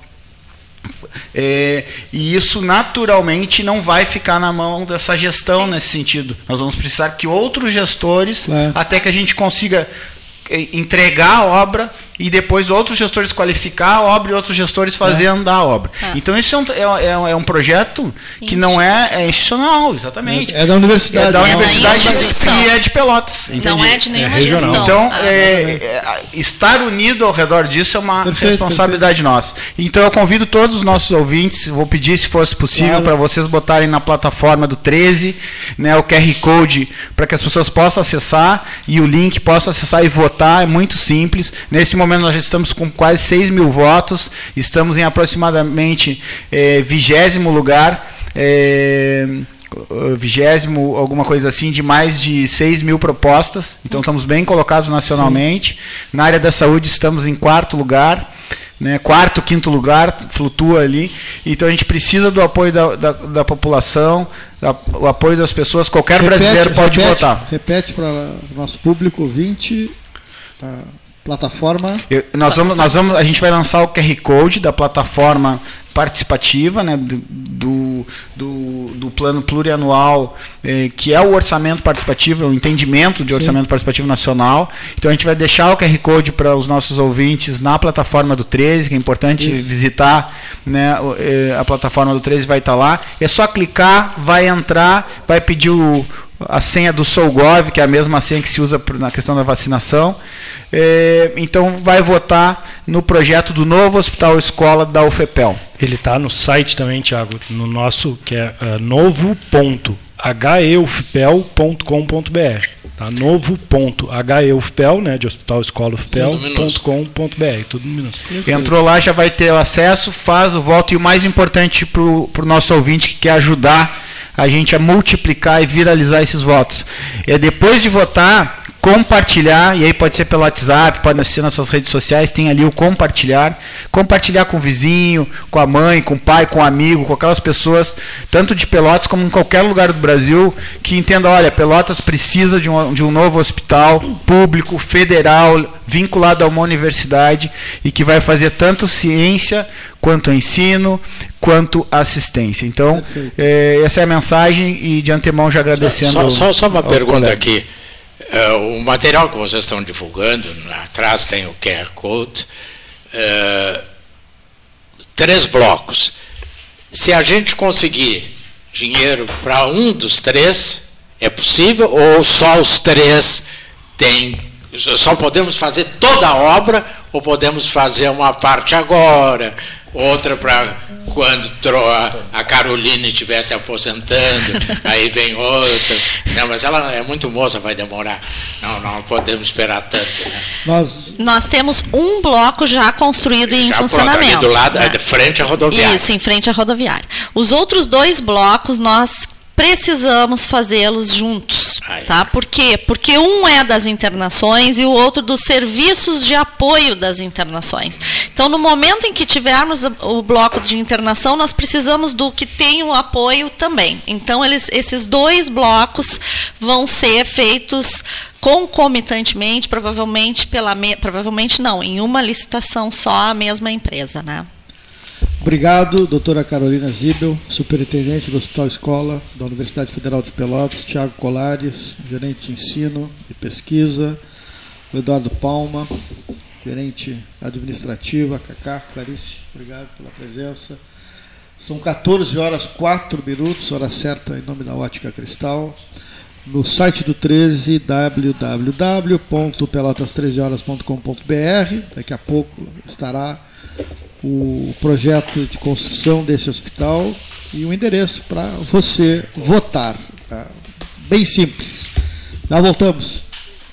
É, e isso naturalmente não vai ficar na mão dessa gestão. Sim. Nesse sentido. Nós vamos precisar que outros gestores, é. até que a gente consiga entregar a obra e depois outros gestores qualificar a obra e outros gestores fazer é. andar a obra. É. Então, isso é um, é, é um projeto que não é, é institucional, exatamente. É da universidade. É da universidade e é de Pelotas. Entende? Não é de nenhuma é gestão. Então, ah, é, é, estar unido ao redor disso é uma perfeito, responsabilidade perfeito. nossa. Então, eu convido todos os nossos ouvintes, vou pedir, se fosse possível, claro. para vocês botarem na plataforma do treze, né, o Q R Code, para que as pessoas possam acessar e o link possam acessar e votar. É muito simples. Nesse momento, momento nós já estamos com quase seis mil votos, estamos em aproximadamente é, vigésimo lugar, é, vigésimo, alguma coisa assim, de mais de seis mil propostas, então estamos bem colocados nacionalmente. Sim. Na área da saúde estamos em quarto lugar, né, quarto, quinto lugar, flutua ali, então a gente precisa do apoio da, da, da população, da, o apoio das pessoas, qualquer repete, brasileiro pode repete, votar. Repete para o nosso público, vinte, tá, plataforma... Eu, nós vamos, nós vamos, a gente vai lançar o Q R Code da plataforma participativa, né, do, do, do plano plurianual, eh, que é o orçamento participativo, o entendimento de orçamento Sim. participativo nacional. Então a gente vai deixar o Q R Code para os nossos ouvintes na plataforma do treze, que é importante Isso. visitar, né, a plataforma do treze vai estar lá. É só clicar, vai entrar, vai pedir o, a senha do SouGov, que é a mesma senha que se usa na questão da vacinação. É, então vai votar no projeto do novo Hospital Escola da U F P E L. Ele está no site também, Tiago, no nosso, que é uh, novo ponto h e u f p e l ponto com ponto b r. Tá? novo ponto h e u f p e l, né, de Hospital Escola U F P E L ponto com ponto b r. Tudo no minuto. Entrou lá, já vai ter o acesso, faz o voto, e o mais importante para o nosso ouvinte que quer ajudar a gente a multiplicar e viralizar esses votos, é depois de votar, compartilhar, e aí pode ser pelo WhatsApp, pode ser nas suas redes sociais, tem ali o compartilhar, compartilhar com o vizinho, com a mãe, com o pai, com o amigo, com aquelas pessoas, tanto de Pelotas como em qualquer lugar do Brasil, que entendam, olha, Pelotas precisa de um, de um novo hospital público, federal, vinculado a uma universidade, e que vai fazer tanto ciência, quanto ensino, quanto assistência. Então, é, essa é a mensagem, e de antemão já agradecendo. Só, só, só uma pergunta colegas. aqui. Uh, o material que vocês estão divulgando, atrás tem o Q R Code, uh, três blocos. Se a gente conseguir dinheiro para um dos três, é possível, ou só os três tem, só podemos fazer toda a obra, ou podemos fazer uma parte agora, outra para quando a Caroline estivesse aposentando, aí vem outra. Não, mas ela é muito moça, vai demorar. Não, não podemos esperar tanto. Né? Nós... Nós temos um bloco já construído e em funcionamento. Pronto, ali do lado, né? De frente à rodoviária. Isso, em frente à rodoviária. Os outros dois blocos nós precisamos fazê-los juntos, Ai, tá? Por quê? Porque um é das internações e o outro dos serviços de apoio das internações. Então, no momento em que tivermos o bloco de internação, nós precisamos do que tem o apoio também. Então, eles, esses dois blocos vão ser feitos concomitantemente, provavelmente pela me, provavelmente não, em uma licitação só, a mesma empresa, né? Obrigado, doutora Carolina Zibel, superintendente do Hospital Escola da Universidade Federal de Pelotas, Tiago Colares, gerente de ensino e pesquisa, o Eduardo Palma, gerente administrativo, a Cacá, Clarice, obrigado pela presença. São quatorze horas, quatro minutos, hora certa em nome da Ótica Cristal. No site do treze, w w w ponto pelotas treze horas ponto com ponto b r, daqui a pouco estará o projeto de construção desse hospital e o endereço para você votar. Tá? Bem simples. Já voltamos.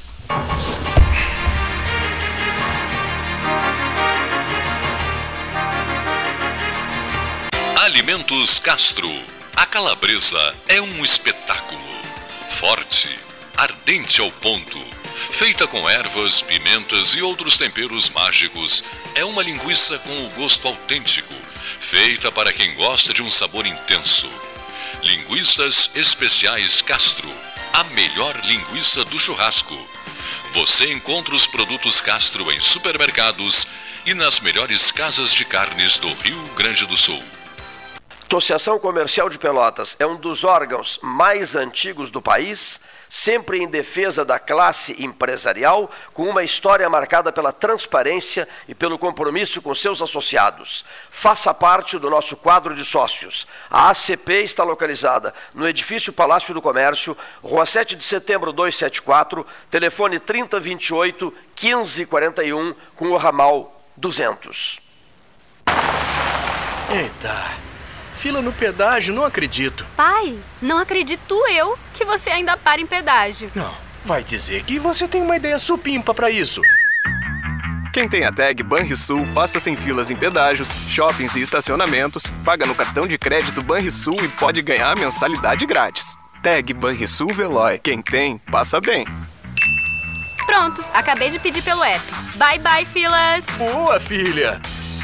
Alimentos Castro. A calabresa é um espetáculo. Forte, ardente ao ponto. Feita com ervas, pimentas e outros temperos mágicos, é uma linguiça com o gosto autêntico, feita para quem gosta de um sabor intenso. Linguiças Especiais Castro, a melhor linguiça do churrasco. Você encontra os produtos Castro em supermercados e nas melhores casas de carnes do Rio Grande do Sul. A Associação Comercial de Pelotas é um dos órgãos mais antigos do país, sempre em defesa da classe empresarial, com uma história marcada pela transparência e pelo compromisso com seus associados. Faça parte do nosso quadro de sócios. A A C P está localizada no edifício Palácio do Comércio, Rua sete de setembro duzentos e setenta e quatro, telefone trinta, vinte e oito, quinze, quarenta e um, com o ramal duzentos. Eita... Fila no pedágio, não acredito. Pai, não acredito eu que você ainda para em pedágio. Não, vai dizer que você tem uma ideia supimpa pra isso. Quem tem a tag Banrisul passa sem filas em pedágios, shoppings e estacionamentos, paga no cartão de crédito Banrisul e pode ganhar a mensalidade grátis. Tag Banrisul Veloy. Quem tem, passa bem. Pronto, acabei de pedir pelo app. Bye, bye, filas! Boa, filha!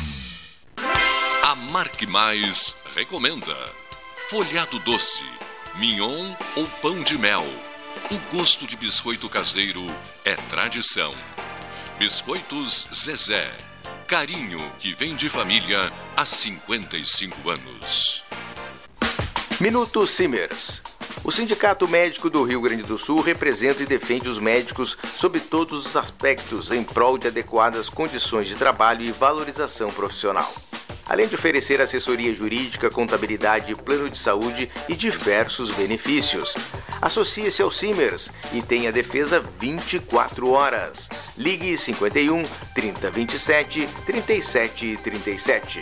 A Marque Mais recomenda folhado doce, mignon ou pão de mel. O gosto de biscoito caseiro é tradição. Biscoitos Zezé, carinho que vem de família há cinquenta e cinco anos. Minuto Simers. O Sindicato Médico do Rio Grande do Sul representa e defende os médicos sob todos os aspectos em prol de adequadas condições de trabalho e valorização profissional. Além de oferecer assessoria jurídica, contabilidade, plano de saúde e diversos benefícios. Associe-se ao Simers e tenha defesa vinte e quatro horas. Ligue cinquenta e um, trinta, vinte e sete, trinta e sete, trinta e sete.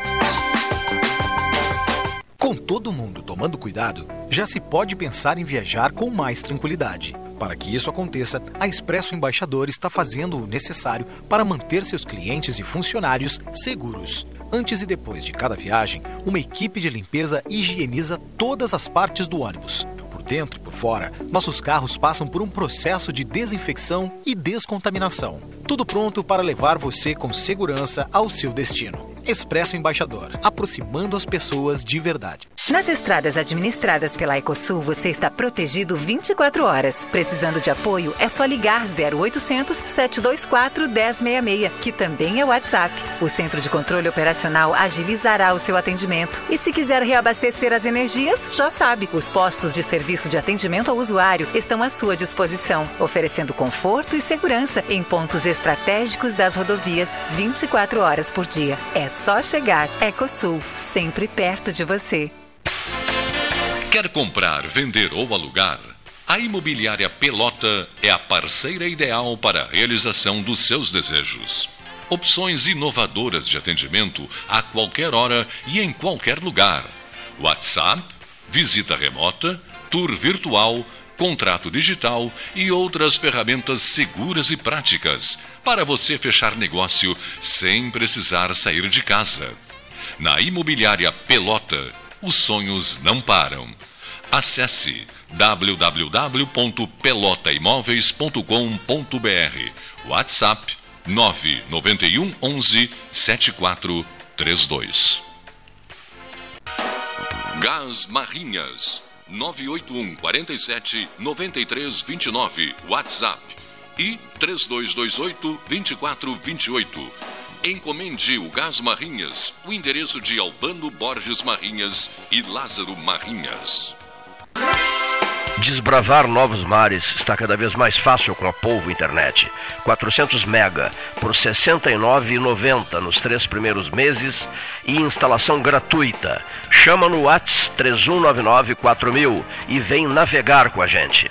Com todo mundo tomando cuidado, já se pode pensar em viajar com mais tranquilidade. Para que isso aconteça, a Expresso Embaixador está fazendo o necessário para manter seus clientes e funcionários seguros. Antes e depois de cada viagem, uma equipe de limpeza higieniza todas as partes do ônibus. Por dentro e por fora, nossos carros passam por um processo de desinfecção e descontaminação. Tudo pronto para levar você com segurança ao seu destino. Expresso Embaixador, aproximando as pessoas de verdade. Nas estradas administradas pela Ecosul, você está protegido vinte e quatro horas. Precisando de apoio, é só ligar zero oitocentos, sete dois quatro, um zero seis seis, que também é WhatsApp. O Centro de Controle Operacional agilizará o seu atendimento. E se quiser reabastecer as energias, já sabe, os postos de serviço de atendimento ao usuário estão à sua disposição, oferecendo conforto e segurança em pontos estratégicos das rodovias vinte e quatro horas por dia. É só chegar. Ecosul, sempre perto de você. Quer comprar, vender ou alugar? A Imobiliária Pelota é a parceira ideal para a realização dos seus desejos. Opções inovadoras de atendimento a qualquer hora e em qualquer lugar. WhatsApp, visita remota, tour virtual, contrato digital e outras ferramentas seguras e práticas para você fechar negócio sem precisar sair de casa. Na Imobiliária Pelota, os sonhos não param. Acesse w w w ponto pelota imóveis ponto com ponto b r. WhatsApp nove nove um onze sete quatro três dois. Gás Marrinhas nove oito um quatro sete nove três dois nove. WhatsApp e três dois dois oito, dois quatro dois oito. Encomende o Gás Marrinhas, o endereço de Albano Borges Marrinhas e Lázaro Marrinhas. Desbravar novos mares está cada vez mais fácil com a Polvo Internet. quatrocentos mega por sessenta e nove reais e noventa centavos nos três primeiros meses e instalação gratuita. Chama no WhatsApp três um nove nove quatro mil e vem navegar com a gente.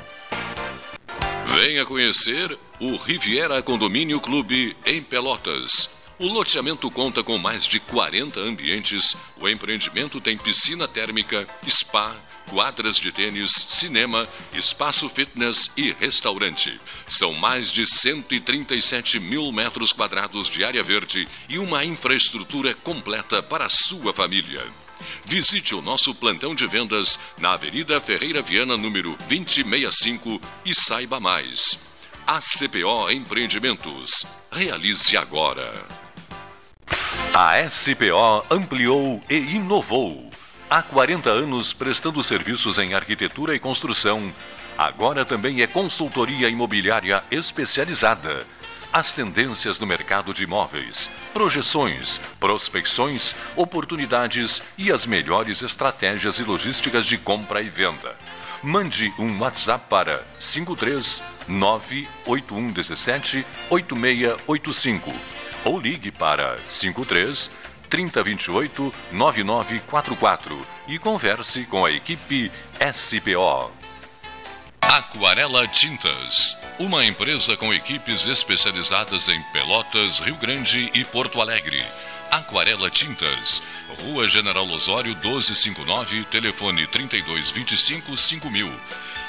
Venha conhecer o Riviera Condomínio Clube em Pelotas. O loteamento conta com mais de quarenta ambientes. O empreendimento tem piscina térmica, spa, quadras de tênis, cinema, espaço fitness e restaurante. São mais de cento e trinta e sete mil metros quadrados de área verde e uma infraestrutura completa para a sua família. Visite o nosso plantão de vendas na Avenida Ferreira Viana, número vinte e sessenta e cinco e saiba mais. A C P O Empreendimentos. Realize agora. A S P O ampliou e inovou. Há quarenta anos prestando serviços em arquitetura e construção. Agora também é consultoria imobiliária especializada. As tendências no mercado de imóveis, projeções, prospecções, oportunidades e as melhores estratégias e logísticas de compra e venda. Mande um WhatsApp para cinco três nove oito um um sete oito seis oito cinco ou ligue para cinco três trinta vinte e oito nove nove quatro quatro e converse com a equipe S P O. Aquarela Tintas, uma empresa com equipes especializadas em Pelotas, Rio Grande e Porto Alegre. Aquarela Tintas, Rua General Osório doze cinquenta e nove, telefone trinta e dois vinte e cinco, cinco mil.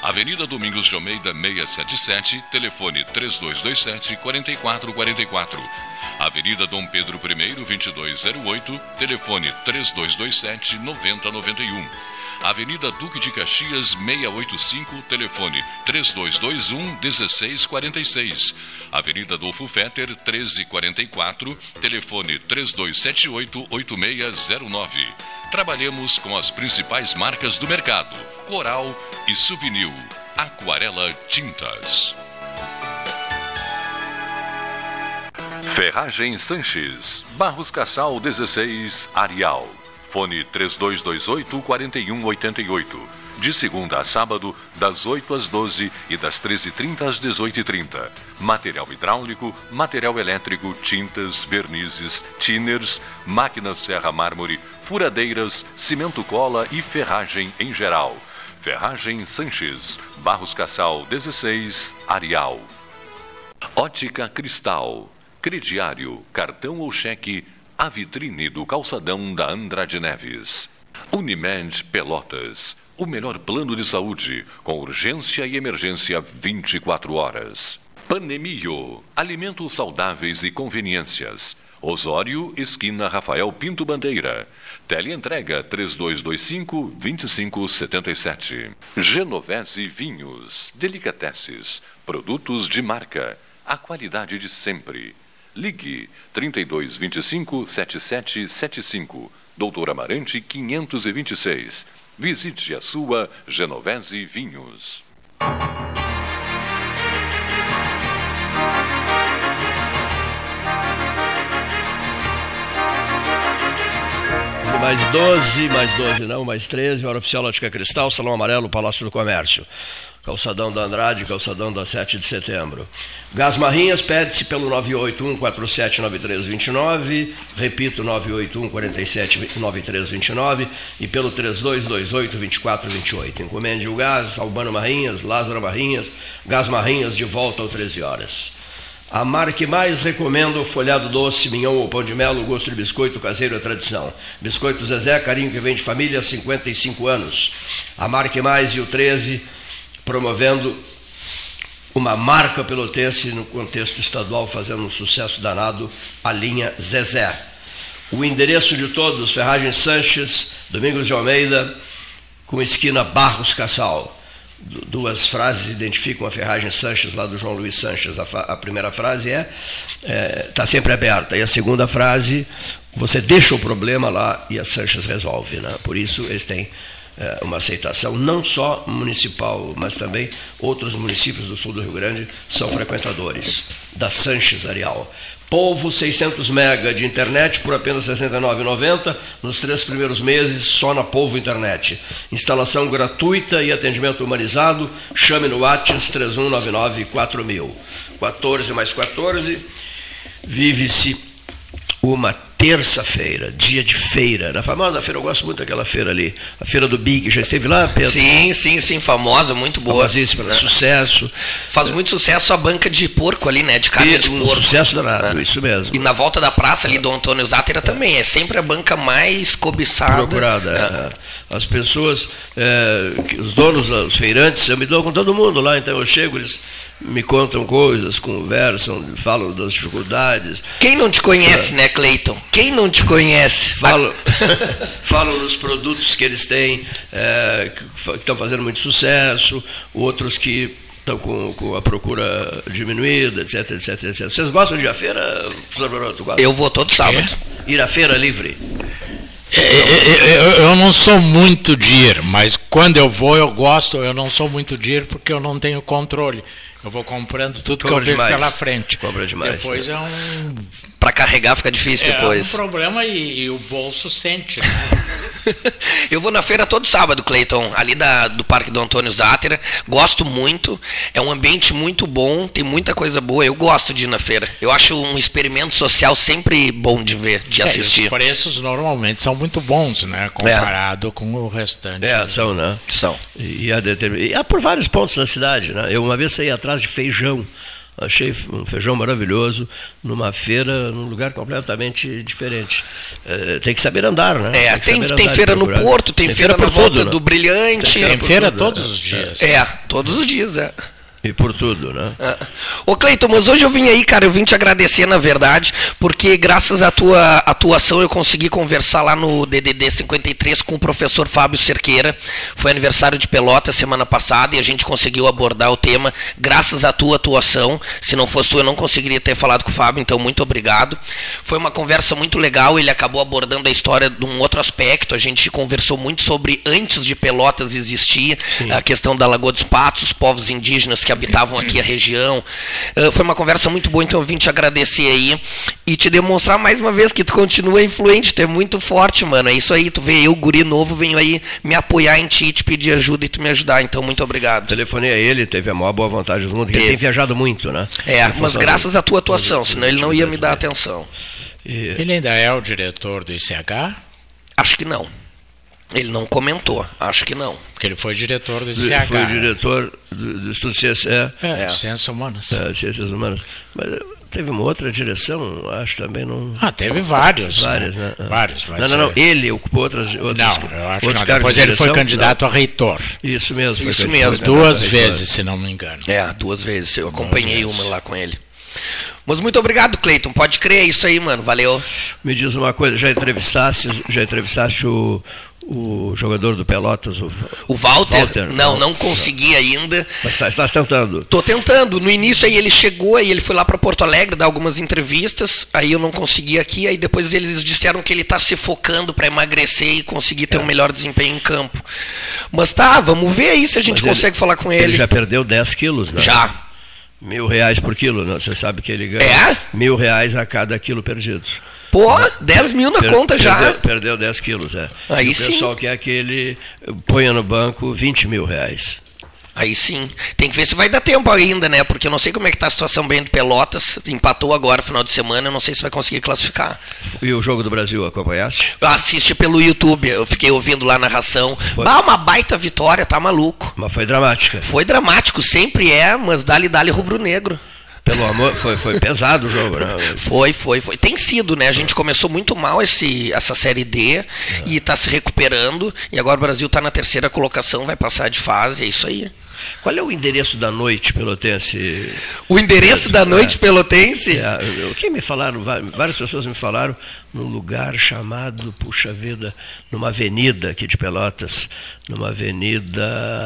Avenida Domingos de Almeida seiscentos e setenta e sete, telefone três dois dois sete, quatro quatro quatro quatro. Avenida Dom Pedro I, vinte e dois zero oito, telefone três dois dois sete, nove zero nove um. Avenida Duque de Caxias seiscentos e oitenta e cinco, telefone três dois dois um, um seis quatro seis. Avenida Adolfo Fetter trezentos e quarenta e quatro, telefone três dois sete oito, oito seis zero nove. Trabalhamos com as principais marcas do mercado: Coral e Souvenir, Aquarela Tintas. Ferragem Sanches, Barros Cassal dezesseis, Arial. Fone três dois dois oito, quatro um oito oito. De segunda a sábado, das oito às doze e das treze e trinta às dezoito e trinta. Material hidráulico, material elétrico, tintas, vernizes, tinners, máquinas serra-mármore, furadeiras, cimento cola e ferragem em geral. Ferragem Sanches, Barros Cassal dezesseis, Arial. Ótica Cristal, crediário, cartão ou cheque, a vitrine do calçadão da Andrade Neves. Unimed Pelotas, o melhor plano de saúde, com urgência e emergência vinte e quatro horas. Panemio, alimentos saudáveis e conveniências. Osório, esquina Rafael Pinto Bandeira. Teleentrega três dois dois cinco, dois cinco sete sete. Genovese Vinhos, delicateces, produtos de marca, a qualidade de sempre. Ligue trinta e dois, vinte e cinco, setenta e sete setenta e cinco. Doutor Amarante quinhentos e vinte e seis. Visite a sua Genovese Vinhos. Mais doze, mais doze não, mais treze, Hora Oficial Ótica Cristal, Salão Amarelo, Palácio do Comércio. Calçadão da Andrade, calçadão da sete de setembro. Gás Marrinhas, pede-se pelo nove oito um, quatro sete nove três dois nove, repito, nove oito um, quatro sete nove três dois nove, e pelo três dois dois oito, dois quatro dois oito. Encomende o gás, Albano Marrinhas, Lázaro Marrinhas, Gás Marrinhas, de volta às treze horas. A marca que mais recomenda o folhado doce, mignon ou pão de mel, o gosto de biscoito caseiro é tradição. Biscoito Zezé, carinho que vem de família há cinquenta e cinco anos. A marca que mais e o treze, promovendo uma marca pelotense no contexto estadual, fazendo um sucesso danado, a linha Zezé. O endereço de todos, Ferragem Sanches, Domingos de Almeida, com esquina Barros Cassal. Duas frases identificam a Ferragem Sanches, lá do João Luiz Sanches. A, a primeira frase é, está é, sempre aberta, e a segunda frase, você deixa o problema lá e a Sanches resolve, né? Por isso eles têm é, uma aceitação não só municipal, mas também outros municípios do sul do Rio Grande são frequentadores da Sanches Arial. Polvo seiscentos mega de internet por apenas sessenta e nove reais e noventa centavos nos três primeiros meses, só na Polvo Internet. Instalação gratuita e atendimento humanizado. Chame no WhatsApp três um nove nove quatro mil. quatorze mais quatorze. Vive-se uma terça-feira, dia de feira, na famosa feira, eu gosto muito daquela feira ali, a feira do Big, já esteve lá, Pedro? Sim, sim, sim, famosa, muito boa. Famosíssima, né? Sucesso. Faz muito sucesso a banca de porco ali, né, de carne de um porco. Sucesso danado, né? Isso mesmo. E na volta da praça ali do Antônio Zátera é. também, é sempre a banca mais cobiçada. Procurada, é. É. As pessoas, é, os donos, os feirantes, eu me dou com todo mundo lá, então eu chego, eles me contam coisas, conversam, falam das dificuldades. Quem não te conhece, é. né, Cleiton? Quem não te conhece? Falam, falam nos produtos que eles têm, é, que estão fazendo muito sucesso, outros que estão com, com a procura diminuída, etc, etc, etcétera. Vocês gostam de ir à feira, professor Baroto? Eu vou todo sábado. Ir à feira livre? Eu, eu não sou muito de ir, mas quando eu vou eu gosto, eu não sou muito de ir porque eu não tenho controle. Eu vou comprando tudo Cobra que eu vejo demais. pela frente. Cobra demais. Depois né? é um... Para carregar fica difícil é depois. É um problema e, e o bolso sente, né? Eu vou na feira todo sábado, Cleiton, ali da, do Parque do Antônio Zátera. Gosto muito, é um ambiente muito bom, tem muita coisa boa. Eu gosto de ir na feira. Eu acho um experimento social sempre bom de ver, de é, assistir. Os preços normalmente são muito bons, né? Comparado é. com o restante. É, são, né? São. E há, determin... e há por vários pontos da cidade, né? Eu uma vez saí atrás de feijão Achei um feijão maravilhoso, numa feira, num lugar completamente diferente. É, tem que saber andar, né? É, tem, tem, tem feira no Porto, tem, tem feira, feira na volta tudo, do né? Brilhante. Tem feira, tem feira todos né? os dias. É, todos os dias, é. E por tudo, né? Ah. Ô Cleiton, mas hoje eu vim aí, cara, eu vim te agradecer, na verdade, porque graças à tua atuação eu consegui conversar lá no D D D cinquenta e três com o professor Fábio Cerqueira. Foi aniversário de Pelotas semana passada e a gente conseguiu abordar o tema graças à tua atuação. Se não fosse tu, eu não conseguiria ter falado com o Fábio, então muito obrigado. Foi uma conversa muito legal, ele acabou abordando a história de um outro aspecto. A gente conversou muito sobre antes de Pelotas existir, Sim. a questão da Lagoa dos Patos, os povos indígenas que habitavam aqui a região. Uh, foi uma conversa muito boa, então eu vim te agradecer aí e te demonstrar mais uma vez que tu continua influente, tu é muito forte, mano. É isso aí, tu vê eu, guri novo, venho aí me apoiar em ti, te pedir ajuda e tu me ajudar, então muito obrigado. Telefonei a ele, teve a maior boa vontade do mundo, porque ele tem viajado muito, né? É, mas graças à tua atuação, senão ele não ia me dar atenção. E... Ele ainda é o diretor do I C H? Acho que não. Ele não comentou, acho que não. Porque ele foi diretor do I C H. Foi diretor do, do Estudo de Ciências. É, é, é. Ciências Humanas. É, Ciências Humanas. Mas teve uma outra direção, acho também não. Ah, teve vários. Vários, né? né? Vários. Não, não, não. Ele ocupou outras. outras não, eu acho que não. Depois ele foi candidato não. a reitor. Isso mesmo. Isso mesmo. Duas vezes, se não me engano. É, duas vezes. Eu acompanhei uma lá com ele. Mas muito obrigado, Cleiton. Pode crer isso aí, mano. Valeu. Me diz uma coisa, já entrevistaste, já entrevistaste o, o jogador do Pelotas, o, o Walter? Walter? Não, não consegui ainda. Mas está tá tentando? Estou tentando. No início aí ele chegou, aí ele foi lá para Porto Alegre dar algumas entrevistas, aí eu não consegui aqui, aí depois eles disseram que ele está se focando para emagrecer e conseguir ter é. um melhor desempenho em campo. Mas tá, vamos ver aí se a gente Mas consegue ele, falar com ele. Ele já perdeu dez quilos, né? Já. Mil reais por quilo, não? Você sabe que ele ganha é? mil reais a cada quilo perdido. Pô, dez mil na per, conta já. Perdeu, perdeu dez quilos, é. Aí e o sim. pessoal quer que ele ponha no banco vinte mil reais. Aí sim. Tem que ver se vai dar tempo ainda, né? Porque eu não sei como é que tá a situação bem de Pelotas. Empatou agora, final de semana, eu não sei se vai conseguir classificar. E o Jogo do Brasil, acompanhaste? Assiste pelo YouTube, eu fiquei ouvindo lá a narração. Foi. Ah, uma baita vitória, tá maluco. Mas foi dramática. Foi dramático, sempre é, mas dá-lhe, dá-lhe rubro-negro. Pelo amor, foi, foi pesado o jogo, né? Foi, foi, foi. Tem sido, né? A gente começou muito mal esse, essa Série D é. e está se recuperando. E agora o Brasil está na terceira colocação, vai passar de fase, é isso aí. Qual é o endereço da noite pelotense? O endereço é, da noite é, pelotense? É, o que me falaram, várias pessoas me falaram, num lugar chamado, puxa vida, numa avenida aqui de Pelotas, numa avenida,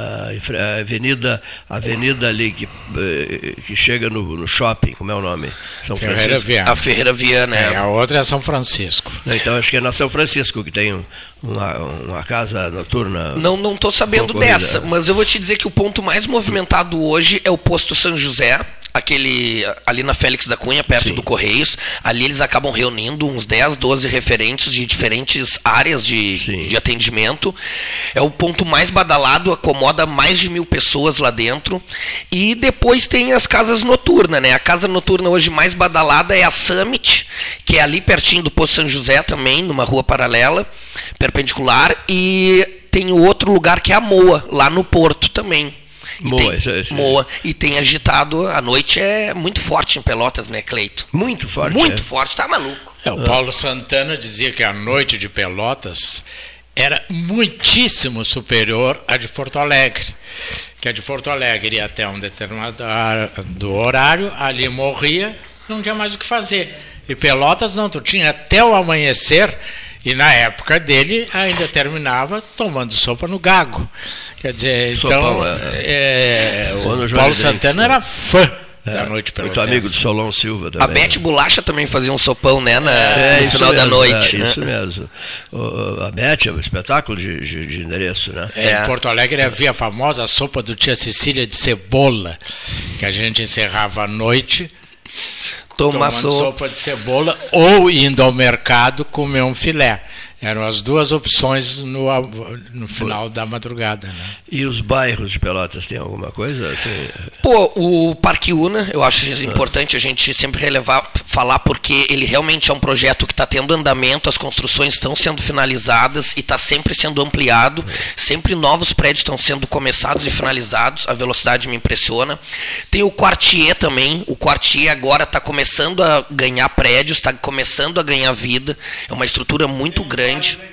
avenida, avenida ali que, que chega no, no shopping, como é o nome? São Ferreira Viana. A Ferreira Viana, é. A outra é São Francisco. Então acho que é na São Francisco que tem uma, uma casa noturna. Não, não estou sabendo dessa, mas eu vou te dizer que o ponto mais movimentado hoje é o posto São José, aquele ali na Félix da Cunha, perto Sim. do Correios. Ali eles acabam reunindo uns dez, doze referentes de diferentes áreas de, de atendimento. É o ponto mais badalado, acomoda mais de mil pessoas lá dentro. E depois tem as casas noturnas, né? A casa noturna hoje mais badalada é a Summit, que é ali pertinho do posto São José também, numa rua paralela, perpendicular. E tem outro lugar que é a Moa, lá no Porto também. E Moa, tem, isso, isso. Moa, e tem agitado, a noite é muito forte em Pelotas, né, Cleito? Muito forte. Muito é. forte, tá maluco. É, o Paulo Santana dizia que a noite de Pelotas era muitíssimo superior à de Porto Alegre. Que a de Porto Alegre ia até um determinado do horário, ali morria, não tinha mais o que fazer. E Pelotas não, tu tinha até o amanhecer. E na época dele ainda terminava tomando sopa no gago. Quer dizer, Sopão, então é, é, o Paulo Santana era fã é, da noite pelotense. Muito amigo do Solon Silva também. A Bete Bolacha também fazia um sopão, né, na, é, no final mesmo, da noite. É, né? Isso mesmo. O, a Bete é um espetáculo de, de, de endereço, né? É, em Porto Alegre havia a famosa sopa do Tia Cecília de cebola, que a gente encerrava à noite Toma tomando sopa. sopa de cebola ou indo ao mercado comer um filé. Eram as duas opções no, no final da madrugada. Né? E os bairros de Pelotas têm alguma coisa? Assim? Pô, o Parque Una, eu acho importante a gente sempre relevar, falar, porque ele realmente é um projeto que está tendo andamento, as construções estão sendo finalizadas e está sempre sendo ampliado, sempre novos prédios estão sendo começados e finalizados, a velocidade me impressiona. Tem o Quartier também, o Quartier agora está começando a ganhar prédios, está começando a ganhar vida, é uma estrutura muito grande.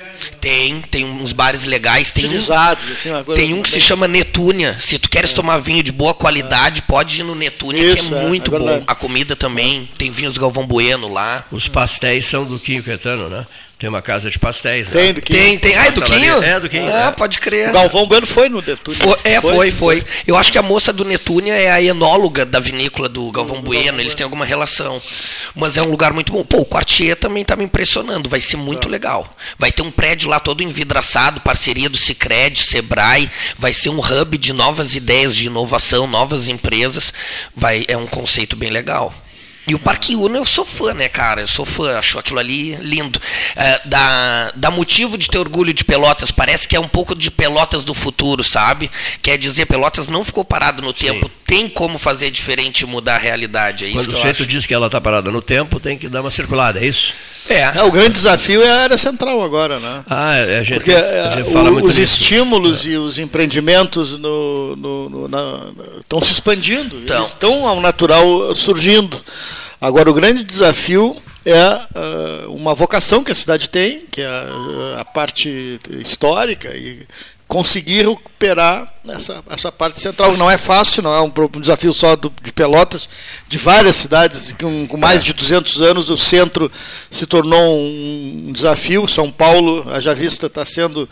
Tem, tem uns bares legais, tem um, assim, tem um que se chama Netúnia. Se tu queres é. tomar vinho de boa qualidade, é. pode ir no Netúnia, Isso, que é muito é, é bom. A comida também, tem vinhos do Galvão Bueno lá. Os pastéis são do Quinho Caetano, né? Tem uma casa de pastéis. Tem, né? do Quinho. Tem, tem. Ah, é do Quinho? É, do Quinho. Ah, é. pode crer. O Galvão Bueno foi no Netúnia. Foi, é, foi, foi, foi. Eu acho que a moça do Netúnia é a enóloga da vinícola do Galvão do Bueno, Galvão eles têm alguma relação. Mas é um lugar muito bom. Pô, o Quartier também tá me impressionando, vai ser muito ah. legal. Vai ter um prédio lá todo envidraçado, parceria do Sicredi, Sebrae, vai ser um hub de novas ideias de inovação, novas empresas. Vai, é um conceito bem legal. E o Parque Una eu sou fã, né, cara? Eu sou fã, acho aquilo ali lindo. É, dá, dá motivo de ter orgulho de Pelotas, parece que é um pouco de Pelotas do futuro, sabe? Quer dizer, Pelotas não ficou parado no Sim. tempo, tem como fazer diferente e mudar a realidade. É isso Quando que o sujeito diz que ela está parada no tempo, tem que dar uma circulada, é isso? É. é. O grande desafio é a área central agora, né? Ah, a gente, Porque a gente o, fala muito os nisso. estímulos é. e os empreendimentos no, no, no, na, estão se expandindo, então. eles estão ao natural surgindo. Agora, o grande desafio é uh, uma vocação que a cidade tem, que é a, a parte histórica, e conseguir recuperar essa, essa parte central. Não é fácil, não é um, um desafio só do, de Pelotas, de várias cidades com, com mais de duzentos anos, o centro se tornou um, um desafio. São Paulo, haja vista, está sendo...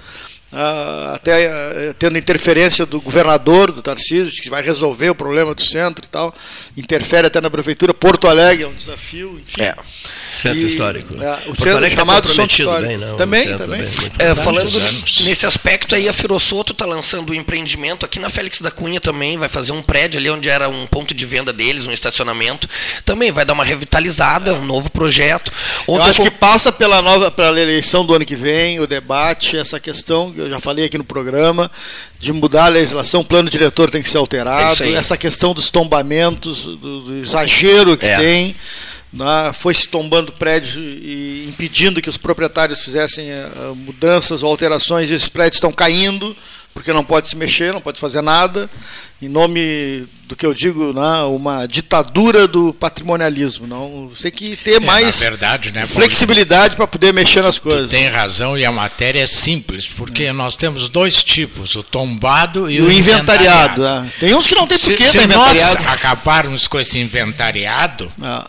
Uh, até uh, tendo interferência do governador, do Tarcísio, que vai resolver o problema do centro e tal, interfere até na prefeitura. Porto Alegre é um desafio, enfim. É. Centro e, histórico. É, o Porto centro chamado tá centro histórico. Bem, não, também, centro também. Bem, é, falando nesse aspecto aí, a Firosoto está lançando um empreendimento aqui na Félix da Cunha também, vai fazer um prédio ali onde era um ponto de venda deles, um estacionamento. Também vai dar uma revitalizada, é. um novo projeto. Ontem eu acho eu... que passa pela nova, pela eleição do ano que vem, o debate, essa questão, que eu já falei aqui no programa, de mudar a legislação, o plano diretor tem que ser alterado, é essa questão dos tombamentos, do, do exagero que é. tem. Na, foi se tombando prédios e impedindo que os proprietários fizessem uh, mudanças ou alterações, e esses prédios estão caindo, porque não pode se mexer, não pode fazer nada, em nome do que eu digo, né, uma ditadura do patrimonialismo. Não, tem que ter é, mais verdade, né, flexibilidade para poder mexer nas coisas. Tu tem razão, e a matéria é simples, porque é. nós temos dois tipos, o tombado e, e o, o inventariado. inventariado. É. Tem uns que não tem porquê se, se inventariado. nós acabarmos com esse inventariado... Ah.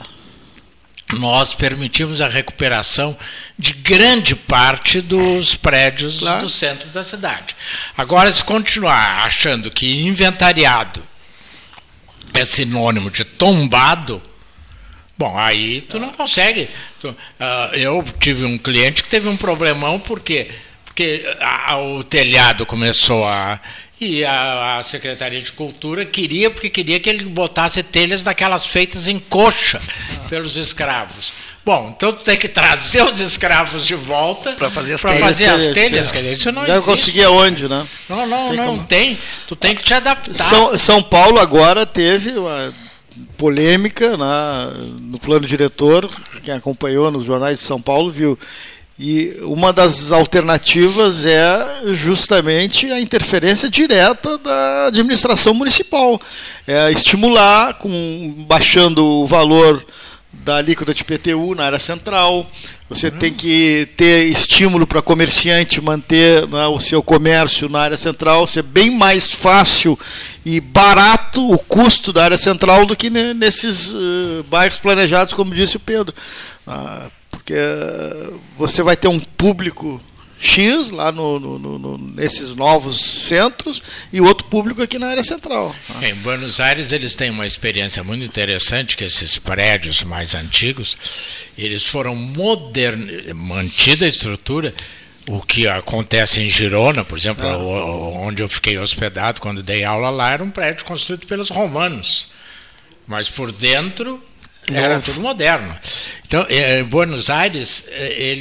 nós permitimos a recuperação de grande parte dos prédios claro. do centro da cidade. Agora, se continuar achando que inventariado é sinônimo de tombado, bom, aí tu não consegue. Tu, uh, eu tive um cliente que teve um problemão porque, porque a, a, o telhado começou a... E a, a Secretaria de Cultura queria, porque queria que ele botasse telhas daquelas feitas em coxa pelos escravos. Bom, então tu tem que trazer os escravos de volta para fazer as pra telhas. Fazer as telhas. Quer dizer, isso não existe. Não conseguia onde, né? Não, não, tem não como... tem. Tu tem que te adaptar. São, São Paulo agora teve uma polêmica na, no plano diretor, quem acompanhou nos jornais de São Paulo viu. E uma das alternativas é justamente a interferência direta da administração municipal. É estimular, com, baixando o valor da alíquota de I P T U na área central. Você uhum. tem que ter estímulo para comerciante manter, né, o seu comércio na área central, ser bem mais fácil e barato o custo da área central do que nesses uh, bairros planejados, como disse o Pedro. Uh, porque você vai ter um público X lá no, no, no, nesses novos centros e outro público aqui na área central. Em Buenos Aires eles têm uma experiência muito interessante, que esses prédios mais antigos, eles foram modernizados, mantida a estrutura. O que acontece em Girona, por exemplo, ah. onde eu fiquei hospedado quando dei aula lá, era um prédio construído pelos romanos, mas por dentro era tudo moderno. Então, em Buenos Aires, eles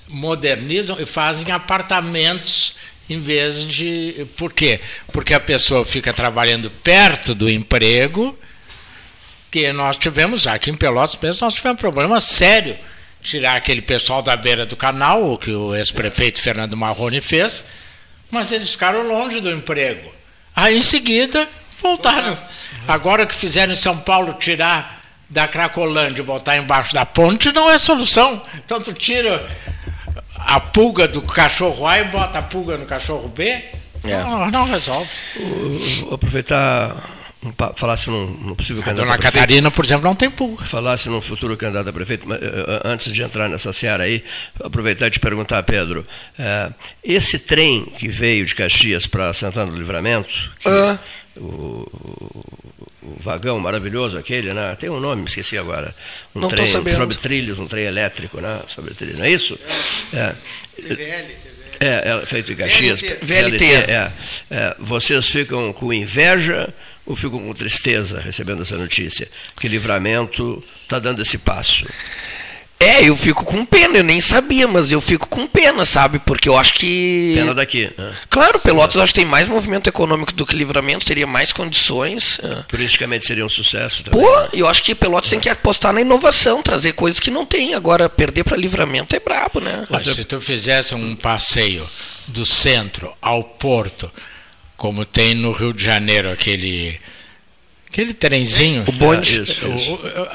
modernizam e fazem apartamentos em vez de... Por quê? Porque a pessoa fica trabalhando perto do emprego, que nós tivemos, aqui em Pelotas mesmo, nós tivemos um problema sério, tirar aquele pessoal da beira do canal, o que o ex-prefeito Fernando Marrone fez, mas eles ficaram longe do emprego. Aí, em seguida, voltaram. Agora que fizeram em São Paulo, tirar da Cracolândia e botar embaixo da ponte, não é solução. Então, tu tira a pulga do cachorro A e bota a pulga no cachorro B, é. não, não resolve. Vou aproveitar, falasse num, num possível candidato a Dona a prefeito, Catarina, por exemplo, não tem pulga. Falasse num futuro candidato a prefeito, mas, antes de entrar nessa seara aí, aproveitar e te perguntar, Pedro, uh, esse trem que veio de Caxias para Santana do Livramento, que ah. o, o vagão maravilhoso aquele, né? Tem um nome, me esqueci agora. Um não trem sobre trilhos, um trem elétrico, né? Sobre trilhos, não é isso? É. T V L, é, é feito em Caxias. V L T. É, é, vocês ficam com inveja ou ficam com tristeza recebendo essa notícia? Porque Livramento está dando esse passo. É, eu fico com pena, eu nem sabia, mas eu fico com pena, sabe? Porque eu acho que... Pena daqui. Né? Claro, Pelotas eu acho que tem mais movimento econômico do que Livramento, teria mais condições. Turisticamente seria um sucesso também. Pô, eu acho que Pelotas tem que apostar na inovação, trazer coisas que não tem. Agora, perder para Livramento é brabo, né? Mas se tu fizesse um passeio do centro ao Porto, como tem no Rio de Janeiro, aquele... Aquele trenzinho. O bonde. É, isso, isso. O,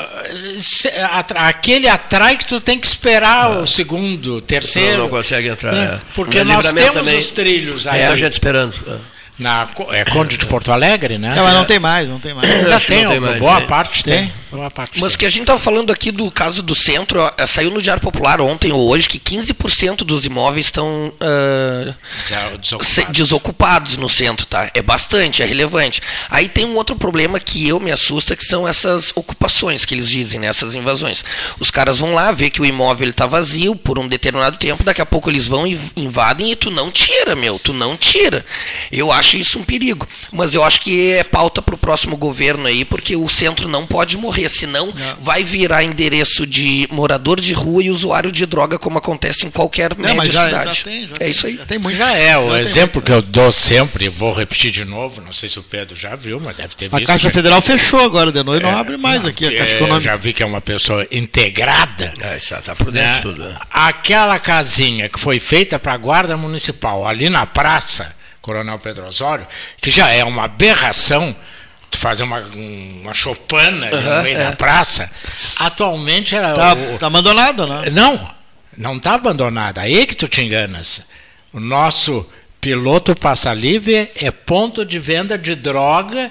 o, aquele atrai que tu tem que esperar ah. o segundo, o terceiro. Não, não consegue entrar. Né? É. Porque nós temos também, os trilhos aí. É, a gente esperando. Na, é Conde de Porto Alegre, né? Não, mas não tem mais, não tem mais. Ainda tem, não tem mais, boa tem. parte tem. tem. Boa parte mas tem. Que a gente estava falando aqui do caso do centro, saiu no Diário Popular ontem ou hoje que quinze por cento dos imóveis estão uh, desocupados. desocupados no centro, tá? É bastante, é relevante. Aí tem um outro problema que eu me assusta, que são essas ocupações que eles dizem, né? Essas invasões. Os caras vão lá ver que o imóvel está vazio por um determinado tempo, daqui a pouco eles vão e invadem e tu não tira, meu, tu não tira. Eu acho isso um perigo. Mas eu acho que é pauta para o próximo governo aí, porque o centro não pode morrer, senão não. vai virar endereço de morador de rua e usuário de droga, como acontece em qualquer não, média já, cidade. Já tem, já é tem, isso aí. Já, tem muito. já é, o já exemplo que eu dou sempre, vou repetir de novo, não sei se o Pedro já viu, mas deve ter visto. A Caixa Federal fechou agora de noite, é, não abre mais não, aqui a Caixa Econômica. Já vi que é uma pessoa integrada. É, isso está por dentro de tudo. Aquela casinha que foi feita para a Guarda Municipal, ali na praça, Coronel Pedro Osório, que já é uma aberração fazer uma, uma chopana ali uhum, no meio é. da praça, atualmente ela... Está tá abandonada, né? Não, não está abandonada, aí que tu te enganas. O nosso piloto passa livre é ponto de venda de droga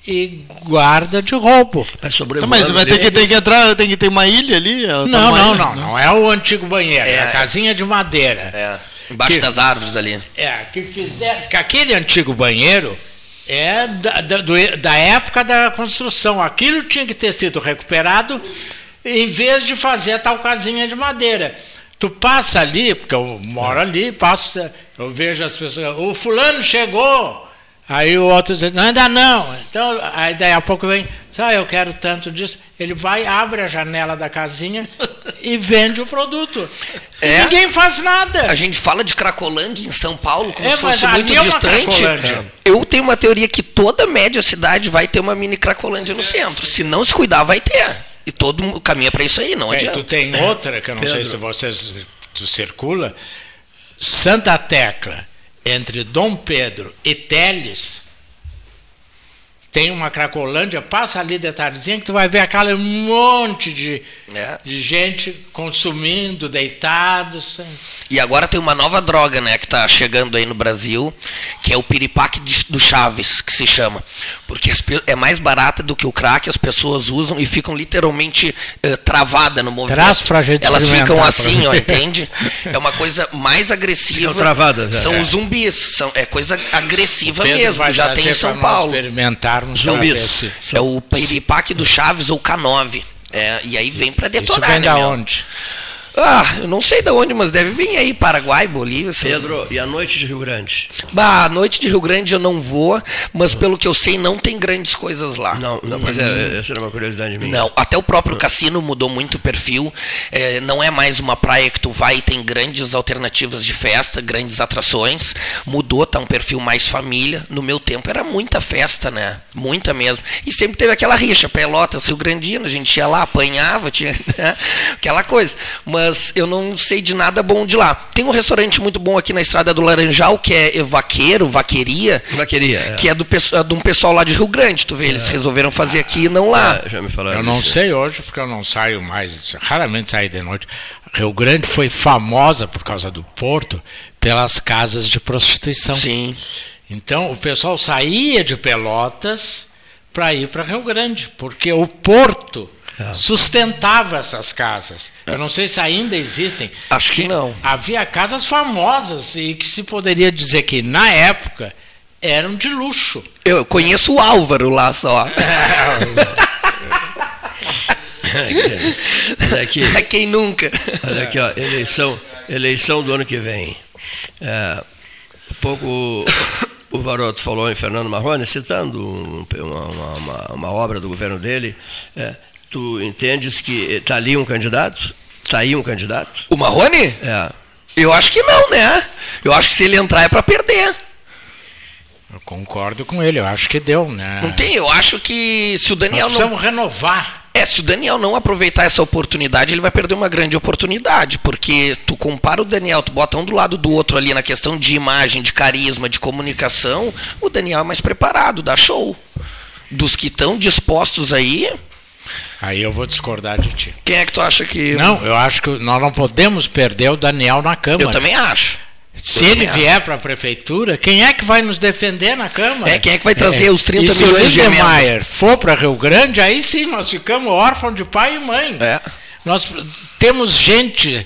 e guarda de roubo. Tá, mas mas tem, que, tem que entrar, tem que ter uma ilha ali? Não, tá não, ilha, não, não, não é o antigo banheiro, é, é a casinha de madeira. É. Embaixo que, das árvores ali. É, que fizeram, que aquele antigo banheiro é da, da, do, da época da construção. Aquilo tinha que ter sido recuperado em vez de fazer a tal casinha de madeira. Tu passa ali, porque eu moro ali, passo, eu vejo as pessoas, o fulano chegou. Aí o outro diz, não, ainda não. Então, aí daí a pouco vem, ah, eu quero tanto disso. Ele vai, abre a janela da casinha e vende o produto. É? E ninguém faz nada. A gente fala de Cracolândia em São Paulo como é, se fosse muito é distante. É. Eu tenho uma teoria que toda média cidade vai ter uma mini Cracolândia no centro. Se não se cuidar, vai ter. E todo mundo caminha para isso aí, não é, adianta. Tu tem outra, que eu não Pedro. sei se vocês tu circula, Santa Tecla, entre Dom Pedro e Teles, tem uma Cracolândia, passa ali de tardezinha que tu vai ver aquele monte de, é. de gente consumindo, deitados. E agora tem uma nova droga, né, que está chegando aí no Brasil, que é o piripaque de, do Chaves, que se chama. Porque é mais barata do que o crack, as pessoas usam e ficam literalmente uh, travadas no movimento. Traz pra gente Elas ficam assim, ó, entende? É uma coisa mais agressiva. Travadas, são é. zumbis, são, é coisa agressiva mesmo, já tem em São Paulo. Experimentar zumbis. É o piripaque do Chaves ou K nove. É, e aí vem para detonar. Isso vem da onde? Ah, eu não sei de onde, mas deve vir aí, Paraguai, Bolívia. Pedro, e a noite de Rio Grande? Bah, a noite de Rio Grande eu não vou, mas pelo que eu sei não tem grandes coisas lá. Não, não, mas é, essa era uma curiosidade minha. Não, até o próprio cassino mudou muito o perfil, é, não é mais uma praia que tu vai e tem grandes alternativas de festa, grandes atrações, mudou, tá um perfil mais família. No meu tempo era muita festa, né? Muita mesmo. E sempre teve aquela rixa, Pelotas, Rio Grandino, a gente ia lá, apanhava, tinha né? aquela coisa. Mas eu não sei de nada bom de lá. Tem um restaurante muito bom aqui na Estrada do Laranjal, que é Vaqueiro, Vaqueria. Vaqueria, é. Que é do, de um pessoal lá de Rio Grande, tu vê, eles é. resolveram fazer aqui e não lá. É, já me falaram eu não disso. sei hoje, porque eu não saio mais, raramente saio de noite. Rio Grande foi famosa, por causa do porto, pelas casas de prostituição. Sim. Então, o pessoal saía de Pelotas para ir para Rio Grande, porque o porto sustentava essas casas. Eu não sei se ainda existem. Acho que não. Havia casas famosas e que se poderia dizer que, na época, eram de luxo. Eu conheço o Álvaro lá só. Olha aqui, quem nunca? Olha aqui, ó, eleição, eleição do ano que vem. É, um pouco o, o Varoto falou em Fernando Marrone, citando um, uma, uma, uma obra do governo dele. É, tu entendes que está ali um candidato? Está aí um candidato? O Marrone? É. Eu acho que não, né? Eu acho que se ele entrar é para perder. Eu concordo com ele, eu acho que deu, né? Não tem, eu acho que se o Daniel Nós precisamos não... renovar. É, se o Daniel não aproveitar essa oportunidade, ele vai perder uma grande oportunidade, porque tu compara o Daniel, tu bota um do lado do outro ali na questão de imagem, de carisma, de comunicação, o Daniel é mais preparado, dá show. Dos que estão dispostos aí... Aí eu vou discordar de ti. Quem é que tu acha que... Não, eu acho que nós não podemos perder o Daniel na Câmara. Eu também acho. Se ele vier para a prefeitura, quem é que vai nos defender na Câmara? É, quem é que vai trazer é. os trinta e milhões de emenda? Se o Lindemeyer for para Rio Grande, aí sim nós ficamos órfãos de pai e mãe. É. Nós temos gente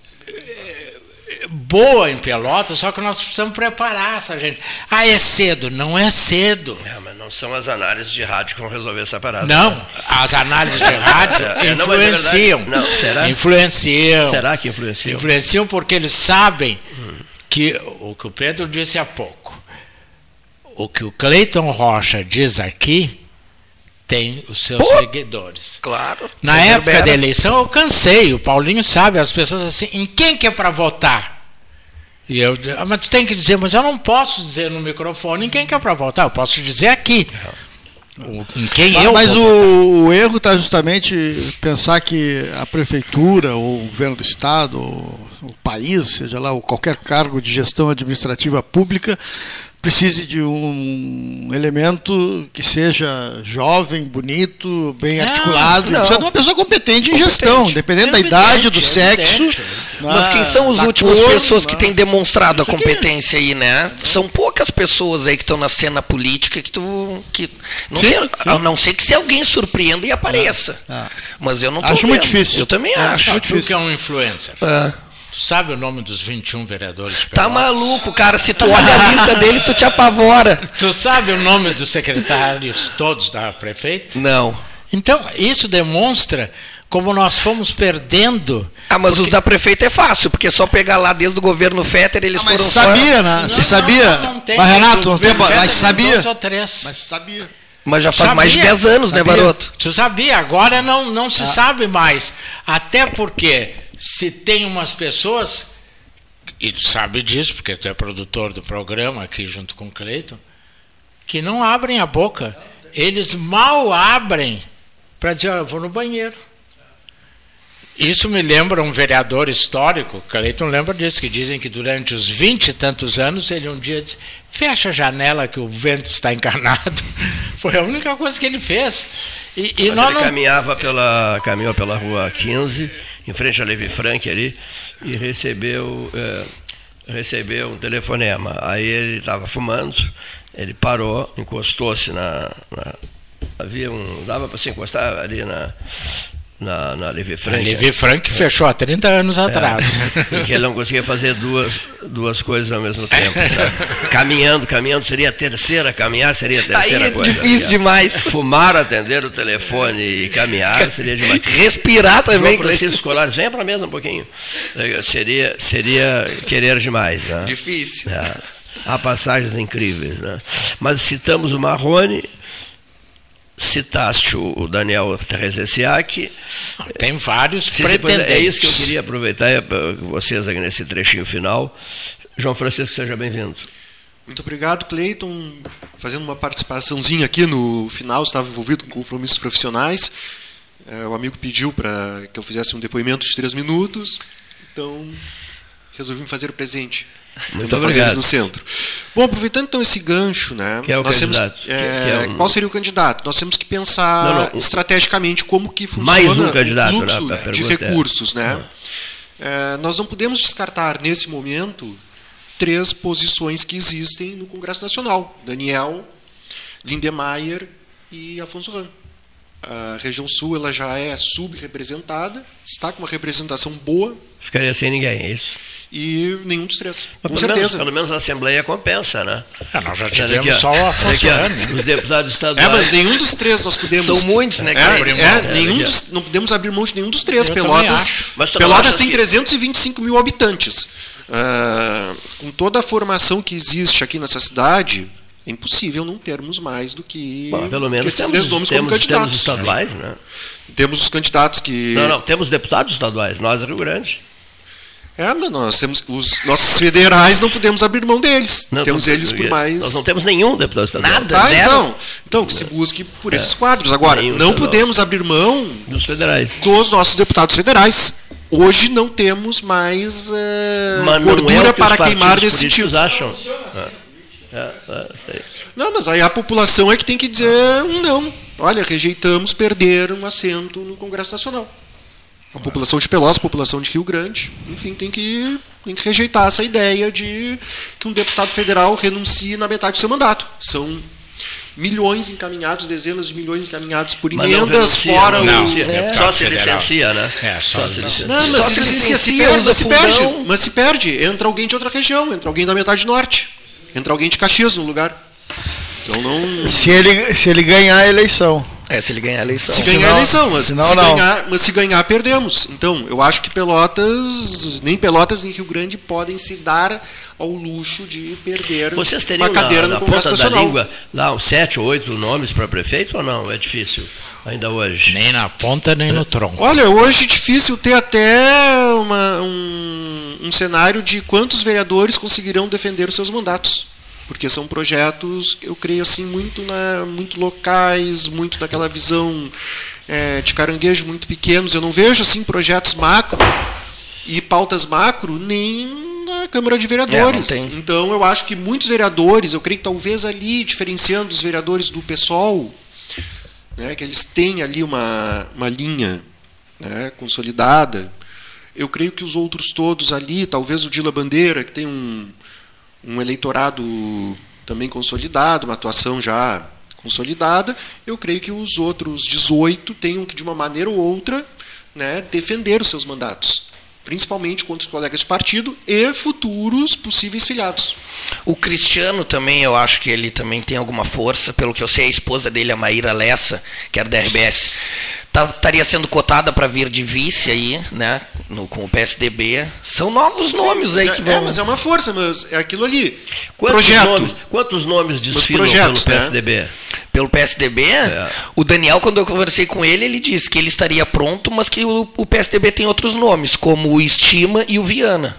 boa em Pelotas, só que nós precisamos preparar essa gente. Ah, é cedo. Não é cedo. É, mas não são as análises de rádio que vão resolver essa parada. Não, né? as análises de rádio é, influenciam. Não, não, será? Influenciam. Será que influenciam? Influenciam porque eles sabem hum. que o que o Pedro disse há pouco, o que o Cleiton Rocha diz aqui, tem os seus Pô, seguidores. Claro. Na época da eleição eu cansei, o Paulinho sabe, as pessoas assim, em quem que é para votar? E eu, ah, mas tu tem que dizer, mas eu não posso dizer no microfone em quem que é para votar, eu posso dizer aqui. O, em quem mas eu mas o, o erro está justamente pensar que a prefeitura, ou o governo do estado, ou o país, seja lá, ou qualquer cargo de gestão administrativa pública, precise de um elemento que seja jovem, bonito, bem não, articulado. Não. Precisa de uma pessoa competente em competente. gestão, dependendo é da idade, do sexo. Na, Mas quem são as últimas cor, pessoas na... que têm demonstrado Isso a competência aqui. aí, né? São poucas pessoas aí que estão na cena política que tu... Que, não sim, sei, sim. A não ser que se alguém surpreenda e apareça. Ah. Ah. Mas eu não tô Acho vendo. muito difícil. Eu também é, acho. Muito difícil. Tu que é um influencer. É. Tu sabe o nome dos vinte e um vereadores de Pelotas? Tá maluco, cara. Se tu olha a lista deles, tu te apavora. Tu sabe o nome dos secretários todos da prefeita? Não. Então, isso demonstra como nós fomos perdendo. Ah, mas porque... os da prefeita é fácil, porque é só pegar lá desde o governo Féter, eles ah, mas foram sabia, só... né? Você sabia? Não, não tem, mas Renato, não tem, mas sabia. Mas sabia. Mas já faz sabia, mais de dez anos, sabia. né, Baroto? Tu sabia, agora não, não se ah. sabe mais. Até porque se tem umas pessoas, e tu sabe disso, porque tu é produtor do programa aqui junto com o Cleiton, que não abrem a boca. Eles mal abrem para dizer, oh, eu vou no banheiro. Isso me lembra um vereador histórico, Cleiton lembra disso, que dizem que durante os vinte e tantos anos, ele um dia disse, fecha a janela que o vento está encanado. Foi a única coisa que ele fez. E, e Mas nós ele não... caminhava pela, caminhou pela rua quinze, em frente a Levi Frank ali, e recebeu, é, recebeu um telefonema. Aí ele estava fumando, ele parou, encostou-se na, na... Havia um... dava para se encostar ali na... na, na Levi Frank. A Levi Frank fechou há trinta anos atrás. É, que ele não conseguia fazer duas, duas coisas ao mesmo tempo. Sabe? Caminhando, caminhando seria a terceira, caminhar seria a terceira Aí é coisa. difícil demais. Fumar, atender o telefone e caminhar seria demais. Respirar também. João Francisco Colares, venha para a mesa um pouquinho. Seria, seria querer demais, né? Difícil. É. Há passagens incríveis, né? Mas citamos o Marrone, citaste o Daniel Teresiak. Tem vários se, pretendentes. É isso que eu queria aproveitar é, vocês aqui nesse trechinho final. João Francisco, seja bem-vindo. Muito obrigado, Cleiton. Fazendo uma participaçãozinha aqui no final, estava envolvido com compromissos profissionais. É, o amigo pediu para que eu fizesse um depoimento de três minutos, então resolvi fazer o presente. Muito obrigado. No centro. Bom, aproveitando então esse gancho, né? Quem é o nós candidato? Temos, é, que, que é um... Qual seria o candidato? Nós temos que pensar não, não, estrategicamente como que funciona mais um candidato, o fluxo né? de recursos, é. né? É, nós não podemos descartar nesse momento três posições que existem no Congresso Nacional: Daniel, Lindemeyer e Afonso Ram. A região sul ela já é subrepresentada, está com uma representação boa. Ficaria sem ninguém, é isso? E nenhum dos três. Mas com pelo certeza. Menos, pelo menos a Assembleia compensa, né? É, nós já tivemos aqui, só o Afonso Ram. Os deputados estaduais. É, mas nenhum dos três nós podemos. São muitos, né? É, é, é nenhum dos, não podemos abrir mão de nenhum dos três. Eu Pelotas, mas Pelotas tem que... trezentos e vinte e cinco mil habitantes. Uh, com toda a formação que existe aqui nessa cidade, é impossível não termos mais do que, Bom, pelo menos que esses temos, três nomes temos, como candidatos. Temos estaduais, né? Temos os candidatos que... Não, não, temos deputados estaduais, nós Rio Grande. É, mas nós temos os nossos federais, não podemos abrir mão deles. Não, temos não, eles por mais... Nós não temos nenhum deputado estadual. Nada, ah, zero. Então, então, que se busque por é. esses quadros. Agora, nenhum não estadual. podemos abrir mão dos federais, dos nossos deputados federais. Hoje não temos mais uh, mas gordura não é o que para os queimar nesse tipo. acham. É, é, é não, mas aí a população é que tem que dizer um não. Olha, rejeitamos perder um assento no Congresso Nacional. A população de Pelotas, a população de Rio Grande, enfim, tem que, tem que rejeitar essa ideia de que um deputado federal renuncie na metade do seu mandato. São milhões encaminhados, dezenas de milhões encaminhados por emendas, fora o... Não, é. Só se licencia, né? É, só, só se licencia. Não, mas só se, se licencia, se, licencia, perde, usa mas se perde, fundão. mas se perde, entra alguém de outra região, entra alguém da metade norte, entra alguém de Caxias no lugar. Então não... Se ele, se ele ganhar a eleição. É, se ele ganhar a eleição. Se ganhar a eleição, mas, senão se não. ganhar, mas se ganhar, perdemos. Então, eu acho que Pelotas, nem Pelotas nem Rio Grande podem se dar ao luxo de perder Vocês teriam uma cadeira na, no na Congresso ponta Nacional. da língua lá uns sete ou oito nomes para prefeito ou não? É difícil ainda hoje. Nem na ponta, nem no tronco. Olha, hoje é difícil ter até uma, um, um cenário de quantos vereadores conseguirão defender os seus mandatos. Porque são projetos, eu creio assim, muito, na, muito locais, muito daquela visão é, de caranguejo muito pequenos. Eu não vejo assim projetos macro e pautas macro nem na Câmara de Vereadores. É, então eu acho que muitos vereadores, eu creio que talvez ali, diferenciando os vereadores do PSOL, né, que eles têm ali uma, uma linha, né, consolidada, eu creio que os outros todos ali, talvez o Dila Bandeira, que tem um... um eleitorado também consolidado, uma atuação já consolidada, eu creio que os outros dezoito tenham que, de uma maneira ou outra, né, defender os seus mandatos, principalmente contra os colegas de partido e futuros possíveis filiados. O Cristiano também, eu acho que ele também tem alguma força, pelo que eu sei, a esposa dele, a Maíra Lessa, que era da R B S, estaria sendo cotada para vir de vice aí, né, no, com o P S D B. São novos Sim, nomes aí é, que vão... É, mas é uma força, mas é aquilo ali. Quantos Projeto. Nomes, quantos nomes desfilam projetos, pelo P S D B? Né? Pelo P S D B, é. O Daniel, quando eu conversei com ele, ele disse que ele estaria pronto, mas que o, o P S D B tem outros nomes, como o Estima e o Viana.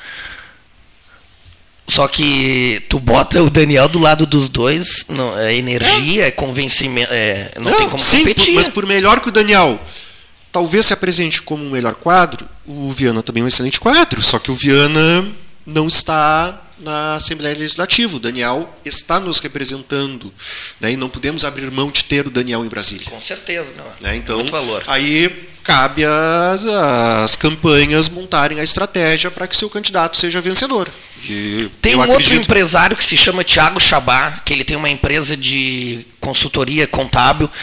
Só que tu bota o Daniel do lado dos dois, não, é energia, é, é convencimento, é, não, não tem como sim, competir. Por, mas por melhor que o Daniel talvez se apresente como um melhor quadro, o Viana também é um excelente quadro, só que o Viana não está na Assembleia Legislativa. O Daniel está nos representando, né, e não podemos abrir mão de ter o Daniel em Brasília. Com certeza, não. Né, então, muito valor. Aí cabe às, às campanhas montarem a estratégia para que seu candidato seja vencedor. E tem um acredito... outro empresário que se chama Thiago Chabá, que ele tem uma empresa de consultoria contábil.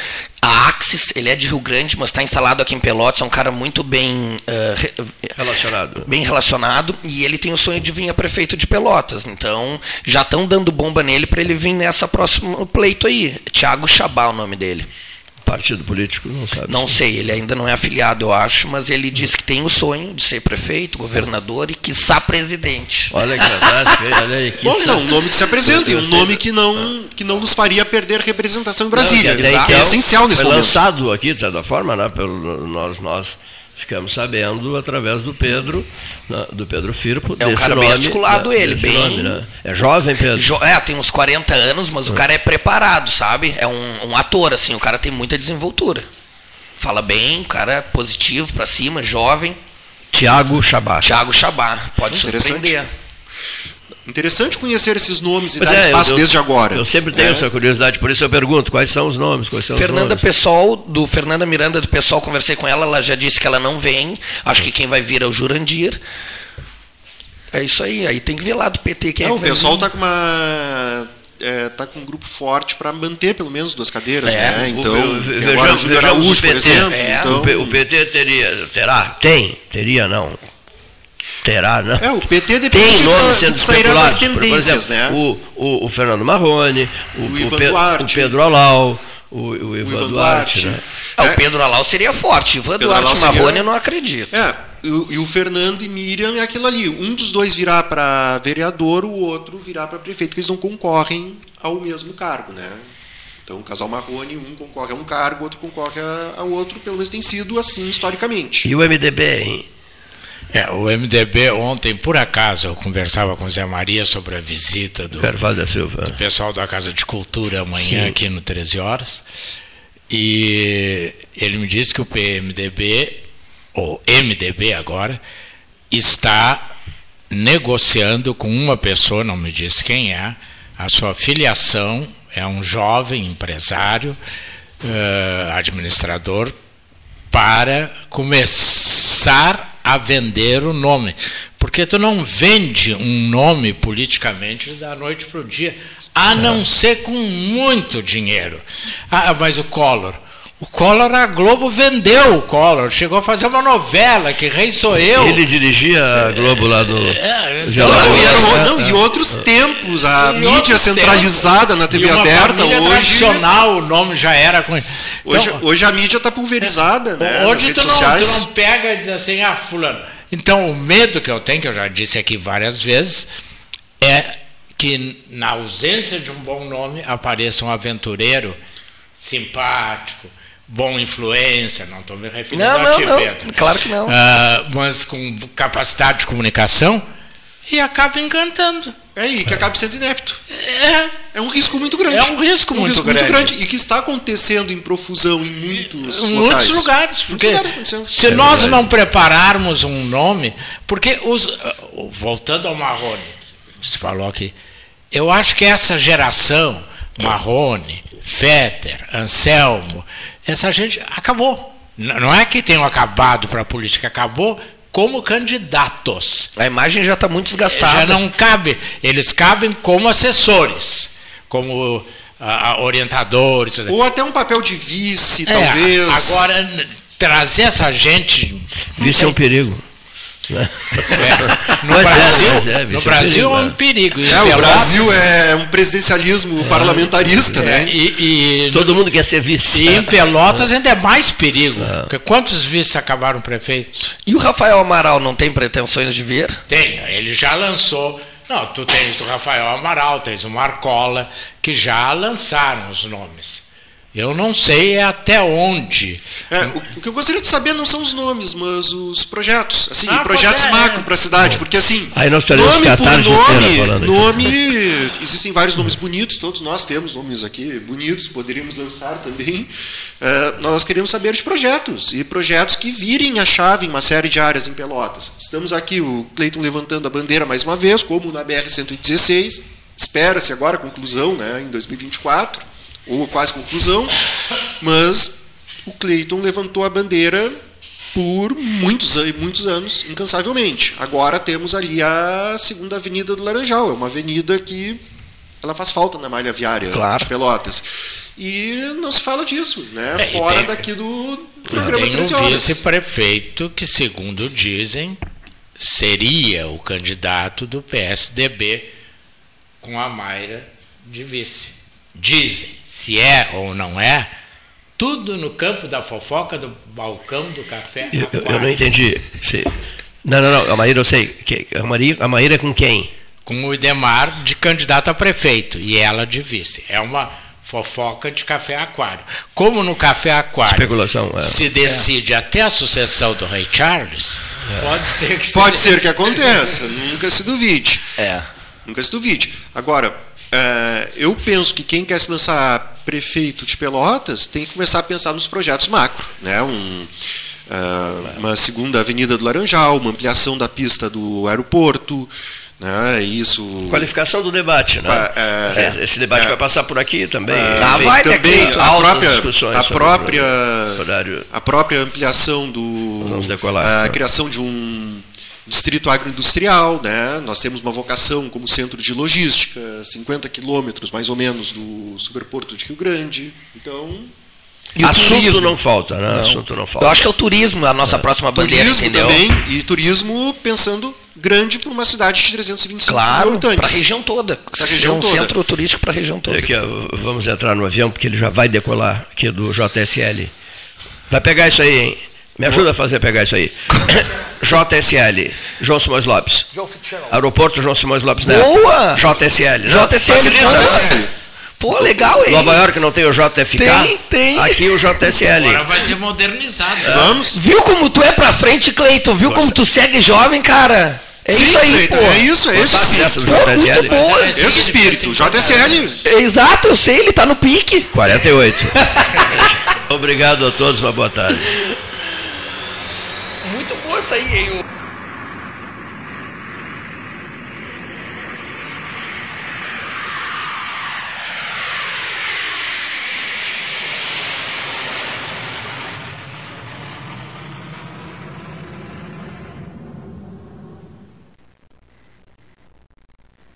a Axis, ele é de Rio Grande, mas está instalado aqui em Pelotas, é um cara muito bem uh, relacionado. Bem relacionado, e ele tem o sonho de vir a prefeito de Pelotas. Então, já estão dando bomba nele para ele vir nessa próxima pleito aí. Thiago Chabá, o nome dele. Partido político, não sabe? Não sei, ele ainda não é afiliado, eu acho, mas ele diz que tem o sonho de ser prefeito, governador e quiçá presidente. Olha que fantástico, olha aí. Bom, não, um nome que se apresenta, e um nome que não, que não nos faria perder representação em Brasília. Não, que é, é essencial nesse foi momento. Foi lançado aqui, de certa forma, né, pelo, nós, nós ficamos sabendo através do Pedro, né, do Pedro Firpo. É um cara nome, bem articulado, né, ele, bem... Nome, né? É jovem, Pedro? Jo... É, tem uns quarenta anos, mas o cara é preparado, sabe? É um, um ator, assim, o cara tem muita desenvoltura. Fala bem, o cara é positivo, pra cima, jovem. Thiago Chabá. Thiago Chabá, pode surpreender. Interessante conhecer esses nomes e pois dar é, espaço eu, desde agora. Eu sempre tenho é. essa curiosidade, por isso eu pergunto, quais são os nomes? Quais são Fernanda os nomes? Pessoal, do Fernanda Miranda do Pessoal, conversei com ela, ela já disse que ela não vem, acho que quem vai vir é o Jurandir. É isso aí, aí tem que ver lá do P T quem não, é que vai o pessoal vir. Tá com uma... É, tá com um grupo forte para manter pelo menos duas cadeiras, é, né? Então, o, vejamos, agora o Júlio Araújo, por exemplo. É, então... O P T teria, terá? Tem, teria não. Terá, não? É, o P T depende tem nome da, sendo especulados. Das tendências, por exemplo, né? o, o, o Fernando Marrone, o, o, o, Ivan Pe, Duarte. o Pedro Alau, o, o, Ivan, o Ivan Duarte. Duarte né? é. É, o Pedro Alau seria forte, Ivan Pedro Duarte e Marrone seria... eu não acredito. É, e, e o Fernando e Miriam é aquilo ali, um dos dois virá para vereador, o outro virá para prefeito, porque eles não concorrem ao mesmo cargo, né? Então, o casal Marrone, um concorre a um cargo, o outro concorre ao outro, pelo menos tem sido assim historicamente. E o M D B, hein? É, o M D B, ontem, por acaso, eu conversava com o Zé Maria sobre a visita do, da Silva. do pessoal da Casa de Cultura amanhã Sim. aqui no treze horas, e ele me disse que o P M D B, ou M D B agora, está negociando com uma pessoa, não me disse quem é, a sua filiação, é um jovem empresário, uh, administrador, para começar a vender o nome. Porque tu não vende um nome politicamente da noite para o dia, a não ser com muito dinheiro. Ah, mas o Collor... O Collor, a Globo vendeu o Collor, chegou a fazer uma novela, que Rei Sou Eu. Ele dirigia a Globo lá no... É, não, não, e outros tempos, a e mídia centralizada tempos, na T V aberta hoje... tradicional, o nome já era... Com... Hoje, então, hoje a mídia está pulverizada, é, né, hoje nas tu redes não, sociais. Tu não pega e diz assim, ah, fulano... Então, o medo que eu tenho, que eu já disse aqui várias vezes, é que na ausência de um bom nome apareça um aventureiro simpático, bom influência, não estou me referindo não, a não, ti, não, Pedro. Claro que não. Uh, mas com capacidade de comunicação e acaba encantando. É, e que é. acabe sendo inepto. É. É um risco muito grande. É um risco, um muito, risco grande. muito grande. E que está acontecendo em profusão em muitos em locais. muitos lugares. Porque muitos lugares se é nós verdade. não prepararmos um nome... Porque, os, voltando ao Marrone, você falou aqui, eu acho que essa geração, Marrone, Fetter, Anselmo, essa gente acabou. Não é que tenham acabado para a política, acabou como candidatos. A imagem já está muito desgastada. Já não cabe. Eles cabem como assessores, como uh, orientadores. Ou até um papel de vice, é, talvez. Agora, trazer essa gente... Vice é um perigo. É. No mas Brasil, é, mas é, no Brasil é um perigo. É, o Brasil é um presidencialismo é, parlamentarista, é, né? E, e todo mundo quer ser vice. E em Pelotas ainda é mais perigo. É. Porque quantos vices acabaram prefeitos? E o Rafael Amaral não tem pretensões de vir? Tem, ele já lançou. Não, tu tens o Rafael Amaral, tens o Marcola, que já lançaram os nomes. Eu não sei até onde. É, o, o que eu gostaria de saber não são os nomes, mas os projetos. Assim, ah, projetos é, macro é. para a cidade. Porque assim, aí nós nome a por tarde nome, falando nome existem vários nomes bonitos, todos nós temos nomes aqui bonitos, poderíamos lançar também. É, nós queremos saber de projetos, e projetos que virem a chave em uma série de áreas em Pelotas. Estamos aqui, o Cleiton levantando a bandeira mais uma vez, como na B R cento e dezesseis. Espera-se agora a conclusão, né, em dois mil e vinte e quatro. Ou quase conclusão, mas o Cleiton levantou a bandeira por muitos, muitos anos, incansavelmente. Agora temos ali a segunda avenida do Laranjal, é uma avenida que ela faz falta na malha viária claro. de Pelotas. e não se fala disso, né? É, Fora tem, daqui do programa tem treze um horas. vice-prefeito que, segundo dizem, seria o candidato do P S D B com a Mayra de vice. Dizem, se é ou não é, tudo no campo da fofoca do balcão do café. Eu, eu, eu não entendi. Se... Não, não, não, a Maíra eu sei. A Maíra, a Maíra é com quem? Com o Idemar de candidato a prefeito e ela de vice. É uma fofoca de café aquário. Como no café aquário especulação, é. se decide é. até a sucessão do Rei Charles, é. pode ser que pode se ser que aconteça, nunca se duvide. É. Nunca se duvide. Agora, é, eu penso que quem quer se lançar prefeito de Pelotas tem que começar a pensar nos projetos macro, né? Um, uh, uma segunda avenida do Laranjal, uma ampliação da pista do aeroporto. Né, isso... Qualificação do debate, né? É, é, esse debate é, vai passar por aqui também. É, ah, vai também a própria, discussões a própria a própria ampliação do Vamos decolar, a criação de um distrito agroindustrial, né? Nós temos uma vocação como centro de logística, cinquenta quilômetros mais ou menos do superporto de Rio Grande. Então, e assunto turismo? não falta, né? Não. Assunto não falta. Eu acho que é o turismo, a nossa é. próxima bandeira, turismo entendeu? Também, e turismo pensando grande para uma cidade de trezentos e vinte e cinco claro, mil habitantes. Para a região toda. Para a região um toda. Centro turístico para a região toda. Aqui, ó, vamos entrar no avião, porque ele já vai decolar aqui do J S L. Vai pegar isso aí, hein? Me ajuda a fazer pegar isso aí. J S L, João Simões Lopes. Aeroporto João Simões Lopes, né? Boa! J S L. J S L. Pô, legal, hein? Nova York não tem o J F K? Tem, tem. Aqui o J S L. Agora vai ser modernizado. É. Vamos. Viu como tu é pra frente, Cleiton? Viu Nossa. como tu segue jovem, cara? É Sim, isso aí, Cleiton, pô. É isso, é isso. Essa do J S L. Pô, esse é o espírito, J S L. Exato, eu sei, ele tá no pique. quarenta e oito. Obrigado a todos, uma boa tarde. Muito boa essa aí, hein?